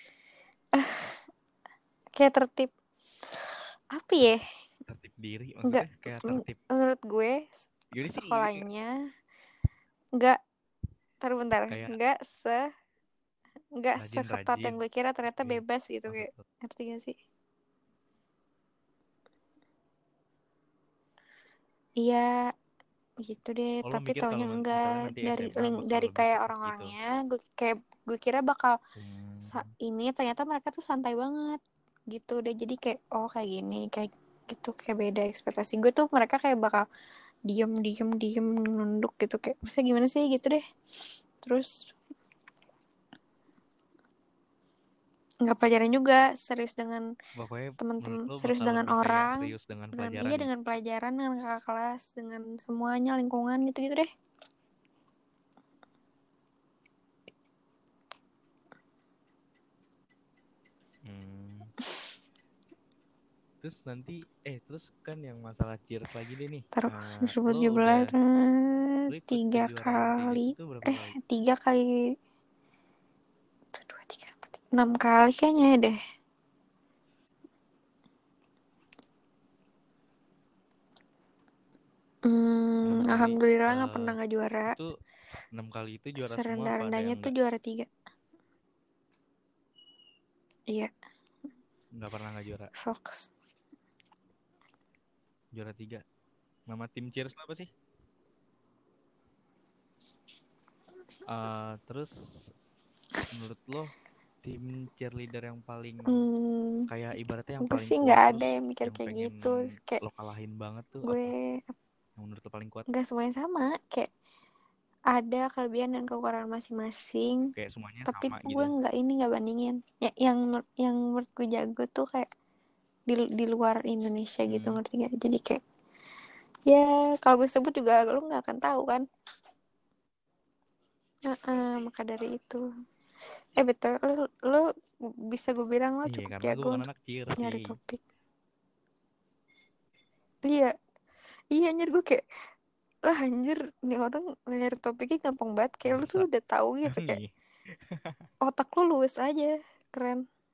kayak tertib apa ya tertib diri nggak maksudnya kayak men- tertib. menurut gue Gini sih ini sekolahnya nggak taruh bentar kayak nggak se nggak seketat yang rajin-rajin. gue kira ternyata Oke. bebas gitu Maksud kayak lo. ngerti gak sih iya gitu deh Oh, lo tapi mikir taunya kalau men- enggak misalnya nanti dari S M A ling- bakal dari lebih kayak ketat gitu. orang-orangnya gue kayak gue kira bakal sa- Hmm. ini ternyata mereka tuh santai banget gitu deh jadi kayak oh kayak gini kayak gitu kayak beda ekspektasi gue tuh mereka kayak bakal diem diem diem nunduk gitu kayak bisa gimana sih gitu deh terus nggak pelajaran juga serius dengan Pokoknya menurut teman-teman lo serius bakal dengan lebih kayak orang serius dengan dengan pelajaran iya nih. dengan pelajaran dengan kakak kelas dengan semuanya lingkungan gitu gitu deh. Hmm. Terus nanti eh terus kan yang masalah cheers lagi deh nih. Taruh Eh, lo dua ribu tujuh belas udah eh, lo ikut tiga kejuaraan kayak gitu kali tuh berapa eh kali? tiga kali satu, dua, tiga, empat, enam kali kayaknya ya deh. Enam Hmm, kali. alhamdulillah nggak Eh pernah nggak juara. itu enam kali itu juara semua apa ada Serendah-rendahnya yang tuh enggak? juara tiga. Iya, Nggak pernah nggak juara. Fox. Juara tiga. Nama tim cheers lo apa sih? Eh terus menurut lo tim cheerleader yang paling Hmm, kayak ibaratnya yang gue paling sih kuat nggak terus ada yang mikir yang kayak pengen gitu. Kayak lo kalahin banget tuh gue apa? Yang menurut lo paling kuat? nggak semuanya sama. Kayak ada kelebihan dan kekurangan masing-masing. Kayak semuanya Tapi sama tuh gue gitu. nggak ini nggak bandingin. Ya, yang yang menurut gue jago tuh kayak di di luar Indonesia gitu Hmm. ngerti gak? Jadi kayak ya kalau gue sebut juga lo nggak akan tahu kan. Uh-uh, maka dari itu. Eh betul, lo, lo bisa gue bilang lo Iya cukup karena gue jago bukan untuk anak cheers nyari sih. topik. Iya, iya anjir gue kayak lah anjir nih orang nyari topiknya gampang banget kayak lu tuh Masa? udah tahu gitu kayak Nih. otak lu luwes aja keren.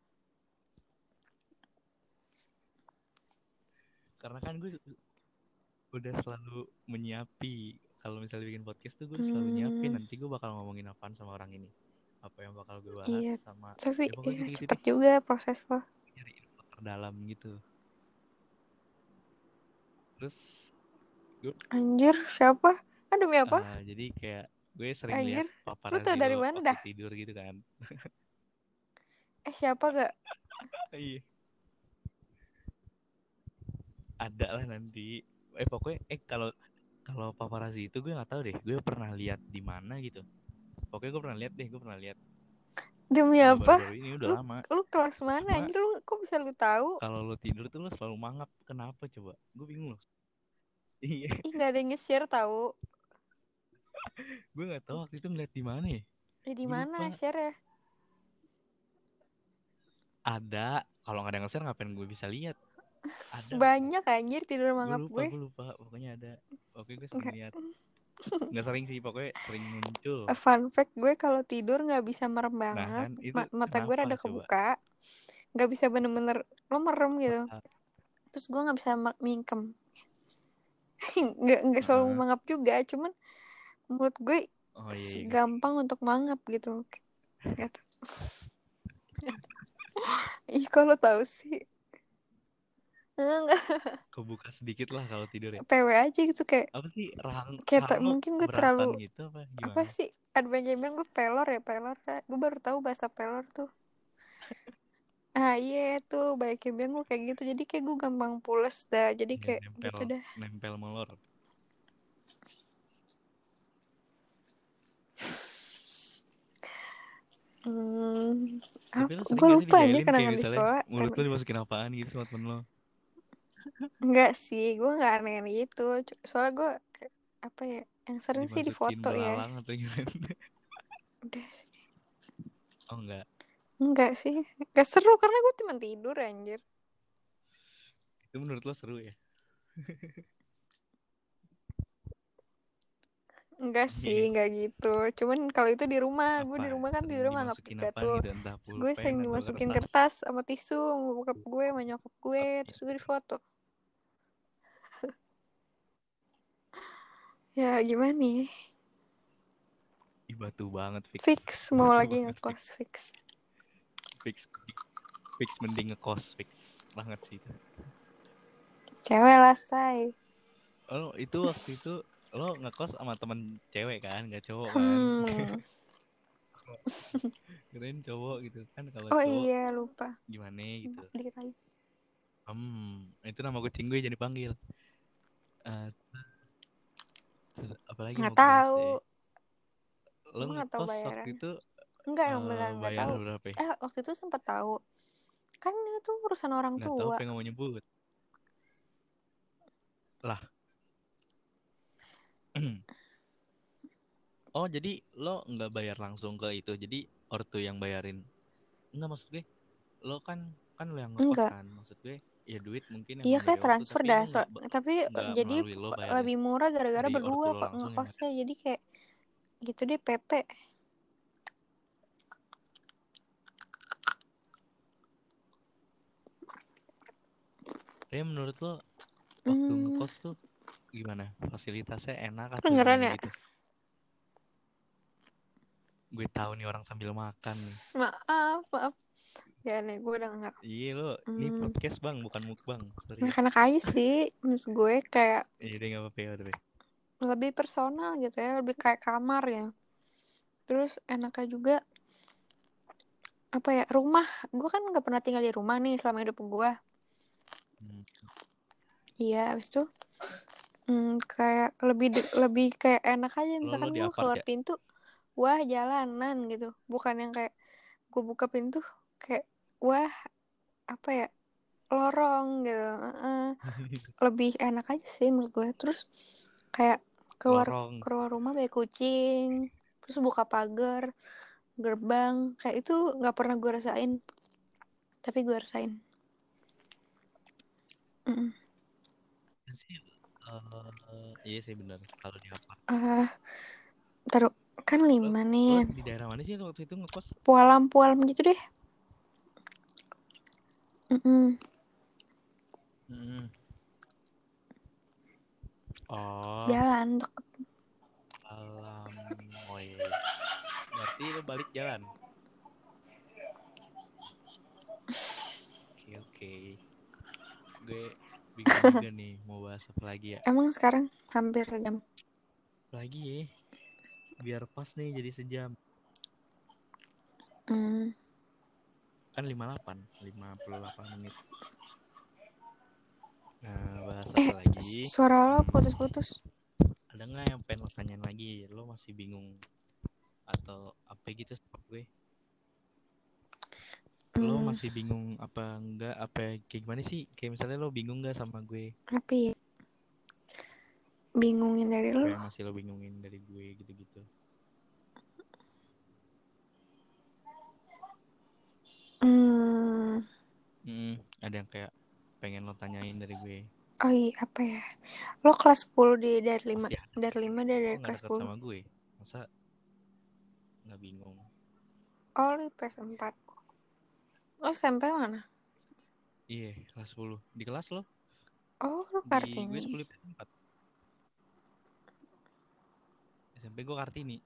Karena kan gue udah selalu menyiapi kalau misalnya bikin podcast tuh gue selalu nyiapin Hmm, nanti gue bakal ngomongin apaan sama orang ini, apa yang bakal gue bahas iya sama tapi ya pokoknya eh, gitu-gitu cepet deh, juga proses lo. nyari info terdalam gitu. Terus gue Anjir siapa? Ah demi apa? uh, jadi kayak gue sering lihat Anjir lu tau paparazzi dari lo mana waktu dah? tidur gitu kan. Eh siapa gak? Iya ada lah nanti, eh pokoknya eh kalau kalau paparazzi itu gue nggak tahu deh, gue pernah lihat di mana gitu, pokoknya gue pernah lihat deh, gue pernah lihat Demi nggak apa? baru-baru ini, udah Lu lama. lu kelas mana Cuma anjir lu kok bisa lu tahu? kalau lo tidur tuh lo selalu mangap, kenapa coba? Gue bingung loh. Iya. Ih gak ada yang nge-share tahu. Gue nggak tahu waktu itu ngeliat di mana ya. Eh, di Gue mana lupa. share ya? Ada. Kalau nggak ada yang share ngapain gue bisa lihat? Ada. Banyak anjir tidur Gue mangap lupa, gue. gue lupa. Pokoknya ada. Oke, gue sering Enggak. lihat. Nggak sering sih, pokoknya sering muncul. Fun fact, gue kalau tidur nggak bisa merem Nah banget. kan, itu Ma- mata gue kenapa rada coba? kebuka, nggak bisa bener-bener lo merem gitu. Ah, Terus gue nggak bisa ma- mingkem. nggak nggak selalu ah. mangap juga, cuman menurut gue Oh iya, s- iya. gampang untuk mangap gitu. Gitu. Ih, kok lo tahu sih? Enggak, Kebuka sedikit lah kalau tidur ya. P W aja gitu kayak Apa sih, rahang kayak rahang ter- lo mungkin gue keberatan terlalu gitu apa apa gimana? sih? Ada banyak yang bilang gue pelor ya pelor. Gue baru tahu bahasa pelor tuh. Ah iya tuh banyak yang bilang gue kayak gitu. Jadi kayak gue gampang pules dah. Jadi Ya, kayak nempel gitu dah. nempel molor. Hmm, Tapi lo sering gue gak sih lupa aja dijailin kayak kenangan di misalnya sekolah. mulut Em- lo dimasukin apaan gitu sama temen lo? enggak sih, gue nggak aneh-aneh gitu. Cu- Soalnya gue kayak, apa ya? Yang sering sih di Dimasukin foto ya. belalang atau gimana? Udah sih. Oh enggak. Enggak sih. Gak seru karena gue cuma tidur anjir. Itu menurut lo seru ya? Enggak sih, Iya. enggak gitu. Cuman kalau itu di rumah, gue di Apa? rumah kan Sering tidur mah nggak dimasukin nggak apaan tuh. gitu, entah Terus gue pulpen sering atau dimasukin kertas. kertas sama tisu sama bokap gue, sama nyokap gue, Oh, terus iya. gue difoto. Ya gimana nih? Ih, batu banget fix. Fix mau Batu lagi banget fix. ngekos fix. Fix fix mending ngekos fix banget sih itu. Cewek lah say. Oh, itu waktu itu lo ngekos sama temen cewek kan, gak cowok kan? Hmm. Keren cowok gitu kan, kalau Oh cowok iya lupa. gimana gitu. Dikit lagi. Hmm, itu nama kucing gue jadi panggil. Eh, terus apalagi Nggak mau gue bahas tahu. deh. Lo Gue nggak tahu ngekos waktu bayaran. itu Enggak yang eh, benar nggak bayar tahu. berapa ya? Eh waktu itu sempat tahu. Kan itu urusan orang Nggak tahu, tua. pengen mau nyebut. Lah. Oh, jadi lo nggak bayar langsung ke itu. Jadi ortu yang bayarin. Enggak, maksud gue. Lo kan kan lo yang ngekos Enggak. kan. Maksud gue ya duit mungkin Iya emang kayak dari ortu, transfer tapi dah. lo So, nggak ba- tapi eh, nggak jadi melalui lo p- bayarnya. lebih murah gara-gara Di ortu berdua lo pak langsung yang ada. ngekosnya. Jadi kayak gitu deh P T. Tapi menurut lo waktu Hmm, ngekos tuh gimana? Fasilitasnya enak atau kedengeran gimana ya? gitu? Gue tahu nih orang sambil makan nih. Maaf, maaf. Ya nih gue udah nggak. Iya lo, ini Hmm, podcast bang, bukan mukbang. Sorry ya. anak-anak aja sih. Maksud gue kayak Iya deh, nggak apa-apa ya udah deh. lebih personal gitu ya. Lebih kayak kamar ya. Terus enaknya juga apa ya rumah. Gue kan nggak pernah tinggal di rumah nih selama hidup gue. Hmm. Iya, abis itu hmm, kayak lebih de- lebih kayak enak aja. Lo lo Misalkan di gue apart keluar ya? pintu, wah jalanan gitu. Bukan yang kayak gue buka pintu kayak wah apa ya lorong gitu. Heeh. Lebih enak aja sih menurut gue. Terus kayak keluar Lorong. keluar rumah banyak kucing, terus buka pagar gerbang kayak itu nggak pernah gue rasain, tapi gue rasain. Mm. Sih, eh, iya sih benar. Kalau di apart. Ah, taruh kan Lo, lima lo nih di daerah mana sih waktu itu ngekos? pualam pualam gitu deh. Mm-mm. Hmm. Oh, Jalan deket. alam. Oh iya, iya. Berarti lo balik jalan. Oke, oke. Gue bingung juga nih mau bahas apa lagi ya. Emang sekarang hampir sejam. Lagi ya, biar pas nih jadi sejam. Mm. Kan lima puluh delapan, lima puluh delapan menit. Nah, bahas Eh apa s- lagi? suara lo Hmm, putus-putus. ada nggak yang pengen lo tanyain lagi? Lo masih bingung atau apa gitu sama gue? Lo Mm. masih bingung apa enggak? Apa kayak gimana sih? Kayak misalnya lo bingung nggak sama gue? Tapi bingungin dari Apa lu? yang masih lo bingungin dari gue gitu-gitu? Hmm, Hmm, ada yang kayak pengen lo tanyain dari gue? oh iya apa ya? Lo kelas sepuluh di dari lima, Pasti ada. dari lima dari, Lo dari nggak kelas deket sepuluh. sama gue, masa nggak bingung? Oh lu I P S empat. Lo S M P mana? Iya, kelas sepuluh. Di kelas lo? Oh lu Di gue Kartini. sepuluh I P S empat. S M P gue Kartini.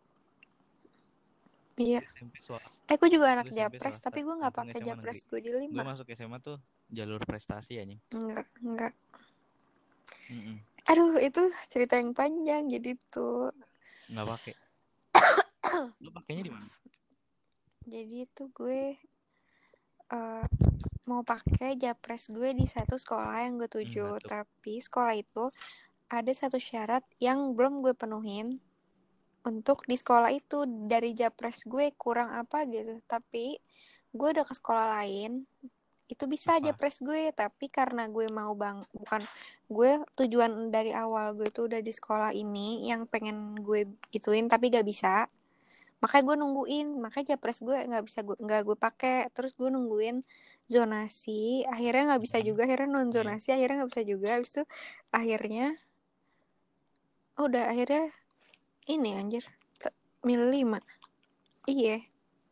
Iya. S M P swasta. Eh gue juga anak Gue S M P Japres, swasta. tapi gue nggak Untung pakai S M A negeri. Japres gue di Gue lima. masuk S M A tuh jalur prestasi ya nih. Enggak, enggak. Mm-mm. Aduh itu cerita yang panjang jadi tuh. Nggak pakai. Lo pakainya di mana? Jadi itu gue uh, mau pakai Japres gue di satu sekolah yang gue Hmm, tuju, batuk. tapi sekolah itu ada satu syarat yang belum gue penuhin untuk di sekolah itu. Dari Japres gue kurang apa gitu, tapi gue udah ke sekolah lain itu bisa Apa? Japres gue, tapi karena gue mau bang bukan gue tujuan dari awal gue tuh udah di sekolah ini yang pengen gue ituin tapi gak bisa, makanya gue nungguin, makanya Japres gue nggak bisa gue nggak gue pakai, terus gue nungguin zonasi, akhirnya nggak bisa Hmm. juga, akhirnya non Iya. zonasi akhirnya nggak bisa juga, habis itu akhirnya udah akhirnya ini anjir T- mil lima. Iya.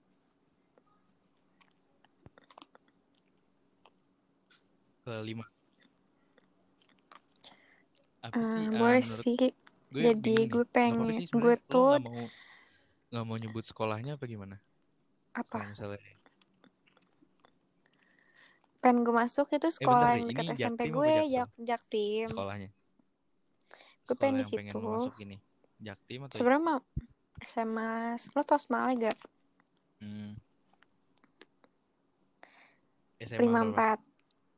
Ke lima. Apa sih? Hmm, Ah, boleh menurut sih. gue Jadi bingung nih. gue Nggak apa-apa pengen sih gue sebenarnya. Lo tuh nggak mau nggak mau nyebut sekolahnya apa gimana? apa Kalau misalnya, pengen gue masuk itu eh bentar sekolah deh, yang ini dekat S M P Jaktim apa gue, Jaksel? Jak Jaktim. Sekolahnya. Gue Sekolah pengen di yang pengen situ. lo masuk ini. Jaktim atau? Sebenarnya mah S M A, lo tau Semale gak? Hmm, S M A lima berapa? empat.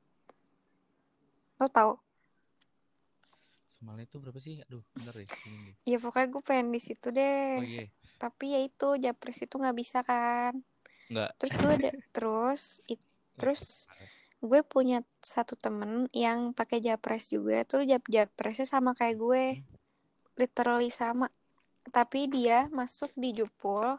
Lo tau? Semale itu berapa sih? Aduh, bentar deh, bingung deh. Ya pokoknya gue pengen di situ deh. Oh iya, Tapi ya itu Japres itu nggak bisa kan. nggak. Terus gue ada terus it, Eh, terus gue punya satu temen yang pakai Japres juga. Terus Jap Japresnya sama kayak gue, hmm, literally sama. Tapi dia masuk di Jupul.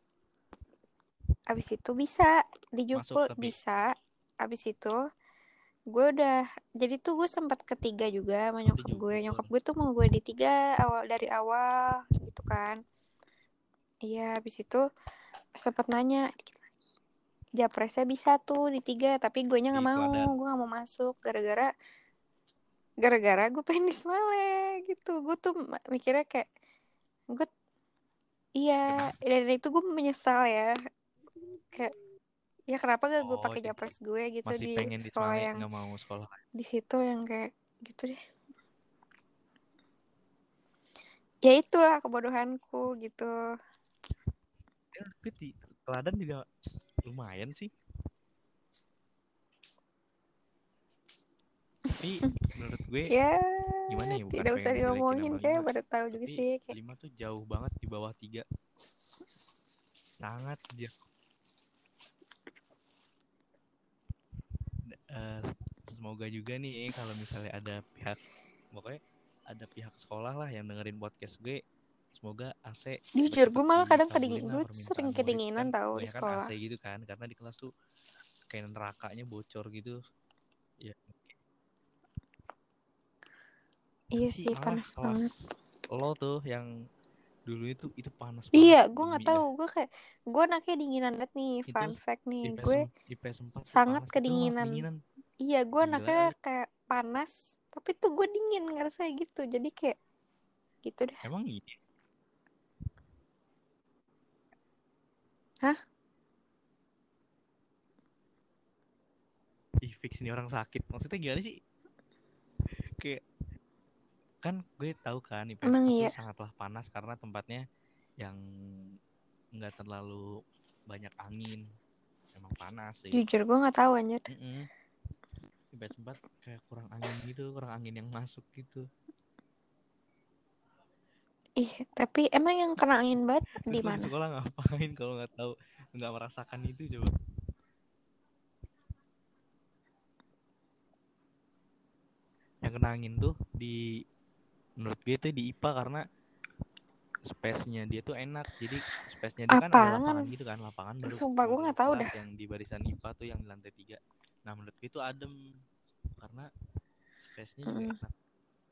Abis itu bisa di masuk Jupul tapi bisa. Abis itu gue udah jadi tuh gue sempat ketiga juga sama oh, di nyokap gue. Nyokap Jupur. gue tuh mau gue di tiga awal dari awal gitu kan. Iya, habis itu sempat nanya Japresnya bisa tuh di tiga, tapi gue nya Di nggak mau, Teladan. gue nggak mau masuk gara-gara gara-gara gue pengen di Semale gitu. Gue tuh mikirnya kayak gue iya, Kenapa? dan itu gue menyesal ya, kayak ya kenapa gak gue Oh, pakai jadi Japres gue gitu masih di pengen di sekolah Semale, yang nggak mau sekolah. di situ yang kayak gitu deh. Ya itulah kebodohanku gitu. Ya, tapi di Teladan juga lumayan sih. Tapi menurut gue Ya gimana ya, bukan tidak usah pengen ngejelekin diomongin, apa kayak gimana, pada tahu juga tapi sih kayak. lima tuh jauh banget di bawah tiga, sangat dia. Eh, semoga juga nih kalau misalnya ada pihak, pokoknya ada pihak sekolah lah yang dengerin podcast gue, semoga A C Jujur gue cepet-cepet malah kadang kedingin, dikabulin lah gue sering permintaan murid, kedinginan kan tahu di kebanyakan sekolah. A C gitu kan, karena di kelas tuh kayak nerakanya bocor gitu ya. Iya Sih sih malah panas kelas banget. lo tuh yang dulu itu itu panas Iya banget gue nggak demi tahu, dah. gue kayak gue anaknya dinginan banget nih, Itu fun fact nih, I P S gue I P S empat tuh sangat panas, itu lo malah kedinginan. kedinginan. Iya gue Gila anaknya kali. kayak panas tapi tuh gue dingin ngerasa gitu, jadi kayak gitu deh. Emang iya. Hah? Ih, fix ini orang sakit. Maksudnya gimana sih? Kayak kan gue tahu kan I P S Emang empat tuh iya. sangatlah panas karena tempatnya yang nggak terlalu banyak angin. Emang panas sih. Jujur gue nggak tahu anjir. Mm-mm. I P S empat kayak kurang angin gitu, kurang angin yang masuk gitu. Ih tapi emang yang kena angin banget Terus di lo di mana? sekolah ngapain kalau nggak tahu, nggak merasakan itu coba? Yang kena angin tuh di menurut gue itu di I P A karena space-nya dia tuh enak. Jadi space-nya dia kan ada Apaan? lapangan gitu kan, lapangan baru Sumpah gue baru nggak tahu kelas dah. yang di barisan I P A tuh yang di lantai tiga. Nah menurut gue itu adem karena space-nya juga Mm. enak.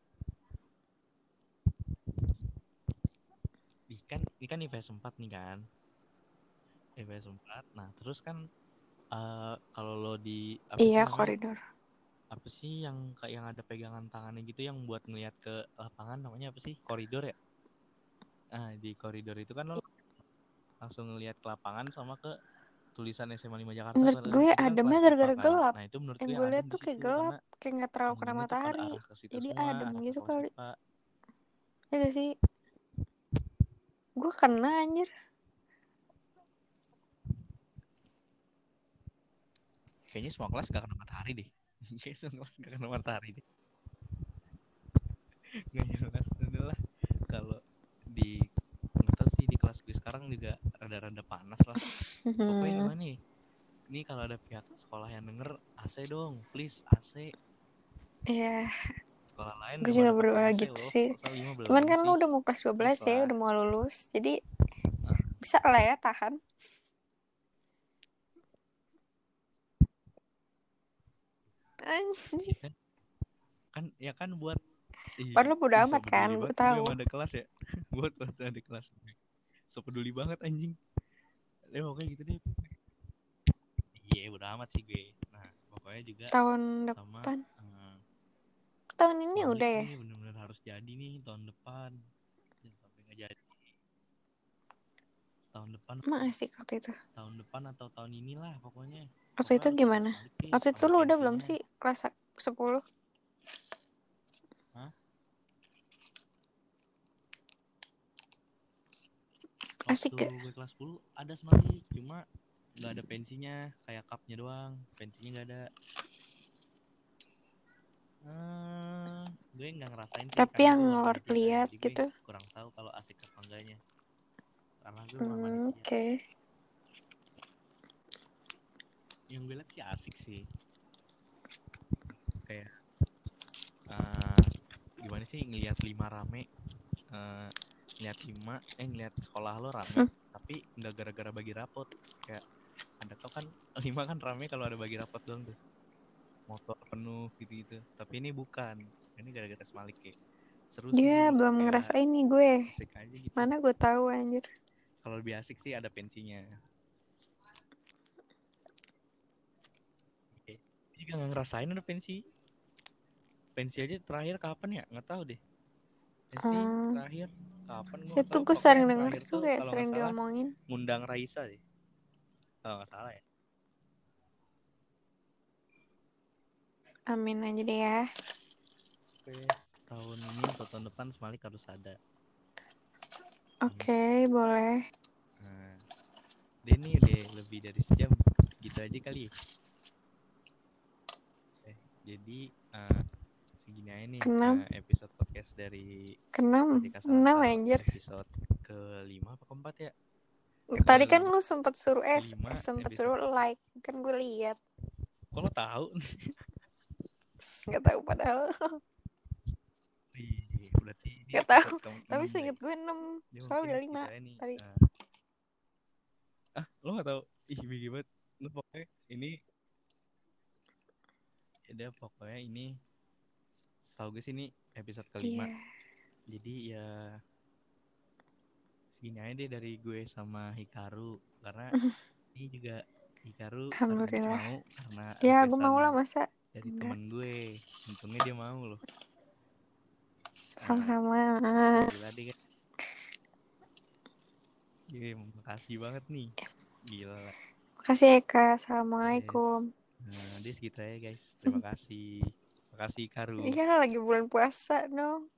Ih, kan ini kan I P S empat nih kan, I P S empat. Nah terus kan uh, kalau lo di apa sih Iya, namanya, koridor. apa sih yang kayak yang ada pegangan tangannya gitu yang buat ngeliat ke lapangan, namanya apa sih, koridor ya? Nah di koridor itu kan lo langsung ngeliat ke lapangan sama ke tulisan S M A lima Jakarta Menurut kan, gue itu kan ademnya kelas I P A gara-gara kan. gelap. Nah itu menurut Yang gue gue yang lihat adem di tuh kayak situ gelap, karena kayak nggak terlalu kena anginnya tuh pada matahari. arah ke situ Jadi semua, adem arah ke gitu kelas kali. I P A. Ya gak sih? Gue kena anjir. Kayaknya semua kelas gak kena matahari deh. Kayaknya semua kelas gak kena matahari deh. Gak jelas lah. Kalau di nggak tahu sih, di kelas gue sekarang juga rada-rada panas lah. Pokoknya gimana nih? Ini kalau ada pihak sekolah yang denger, A C dong, please A C. Iya. Sekolah lain Gue udah juga pada pakai berdoa A C gitu loh. sih. Masa lima Cuman belum kan lu sih? udah mau kelas dua belas Please ya, lah. udah mau lulus. Jadi Ah. bisa lah ya tahan. Anjir. Ya kan? Kan ya kan buat Padahal bodo ih, amat so kan, peduli gue banget gue tahu. sama ada kelas ya. Buat buat ada kelas. So peduli banget anjing. Ya pokoknya gitu deh. Iya, bodo amat sih gue. Nah, pokoknya juga Tahun sama depan. uh, Tahun ini balik udah ya? nih, bener-bener harus jadi nih tahun depan. Jangan sampai nggak jadi. Tahun depan. Emang asik waktu itu. Tahun depan atau tahun inilah pokoknya. Waktu Pokoknya itu harus gimana? balik deh, Waktu itu ada lu udah belum pensinya. sih kelas sepuluh? Hah? Asik Waktu gak? gue kelas sepuluh ada semali, cuma nggak ada pensinya, kayak cupnya doang, pensinya nggak ada. Hmm, gue nggak ngerasain sih Tapi karena yang gue bukan panitia kan, lihat jadi gue gitu. kurang tahu kalau asik apa enggaknya karena gue bukan Hmm, panitia. Oke. Okay. Yang gue lihat sih asik sih, kayak uh, gimana sih ngelihat lima rame, uh, ngelihat lima eh ngelihat sekolah lo rame Hmm. tapi nggak gara-gara bagi rapot. Kayak ada tau kan lima kan rame kalau ada bagi rapot doang tuh, motor penuh gitu-gitu. Tapi ini bukan, ini gara-gara semalik kayak seru sih Dia dulu, belum kayak ngerasain nih gue. asik aja gitu. Mana gue tahu anjir. Kalau lebih asik sih ada pensinya. Oke, juga nggak ngerasain ada pensi. Pensi aja terakhir kapan ya? Nggak tahu deh. Pensi Hmm. terakhir kapan gue nggak Itu tahu. gue Pokoknya sering yang denger terakhir tuh juga ya, kalau nggak sering salah diomongin. ngundang Raisa deh. Kalau nggak salah ya. Amin aja deh ya. Oke, tahun ini atau tahun depan semalik harus ada. Oke, okay, boleh. Nah, deh nih udah lebih dari sejam, gitu aja kali. Eh, jadi uh, segini aja nih uh, episode podcast dari Kenam, enam anjir. Episode kelima apa keempat ya? Tadi kan lu sempet suruh es, kelima, eh, sempet episode... suruh like, kan gue lihat. Kok lo tahu? Nggak tahu padahal. Ih, berarti ini Nggak tahu. Tapi enam, seinget gue enam, ya, soalnya udah lima nih, tadi. Uh... Ah, lo nggak tahu? Ih, bigi banget. Lo pokoknya ini, ya pokoknya ini, tau gue sih ini episode kelima. Yeah. Jadi ya segini aja deh dari gue sama Hikaru, karena ini juga Hikaru mau karena ya gue mau lah masa dari temen gue, untungnya dia mau loh. Sama-sama. Nah, gila deh kan. Iya, makasih banget nih. Gila. Makasih Eka. Assalamualaikum. Nah, dia segitu aja guys. Terima kasih. Makasih Karu. Iya lah, lagi bulan puasa dong.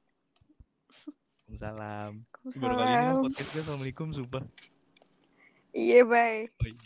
Waalaikumsalam. Waalaikumsalam. Baru kali ini lo podcast gue Assalamualaikum sumpah. Iya, bye. Oh, iya.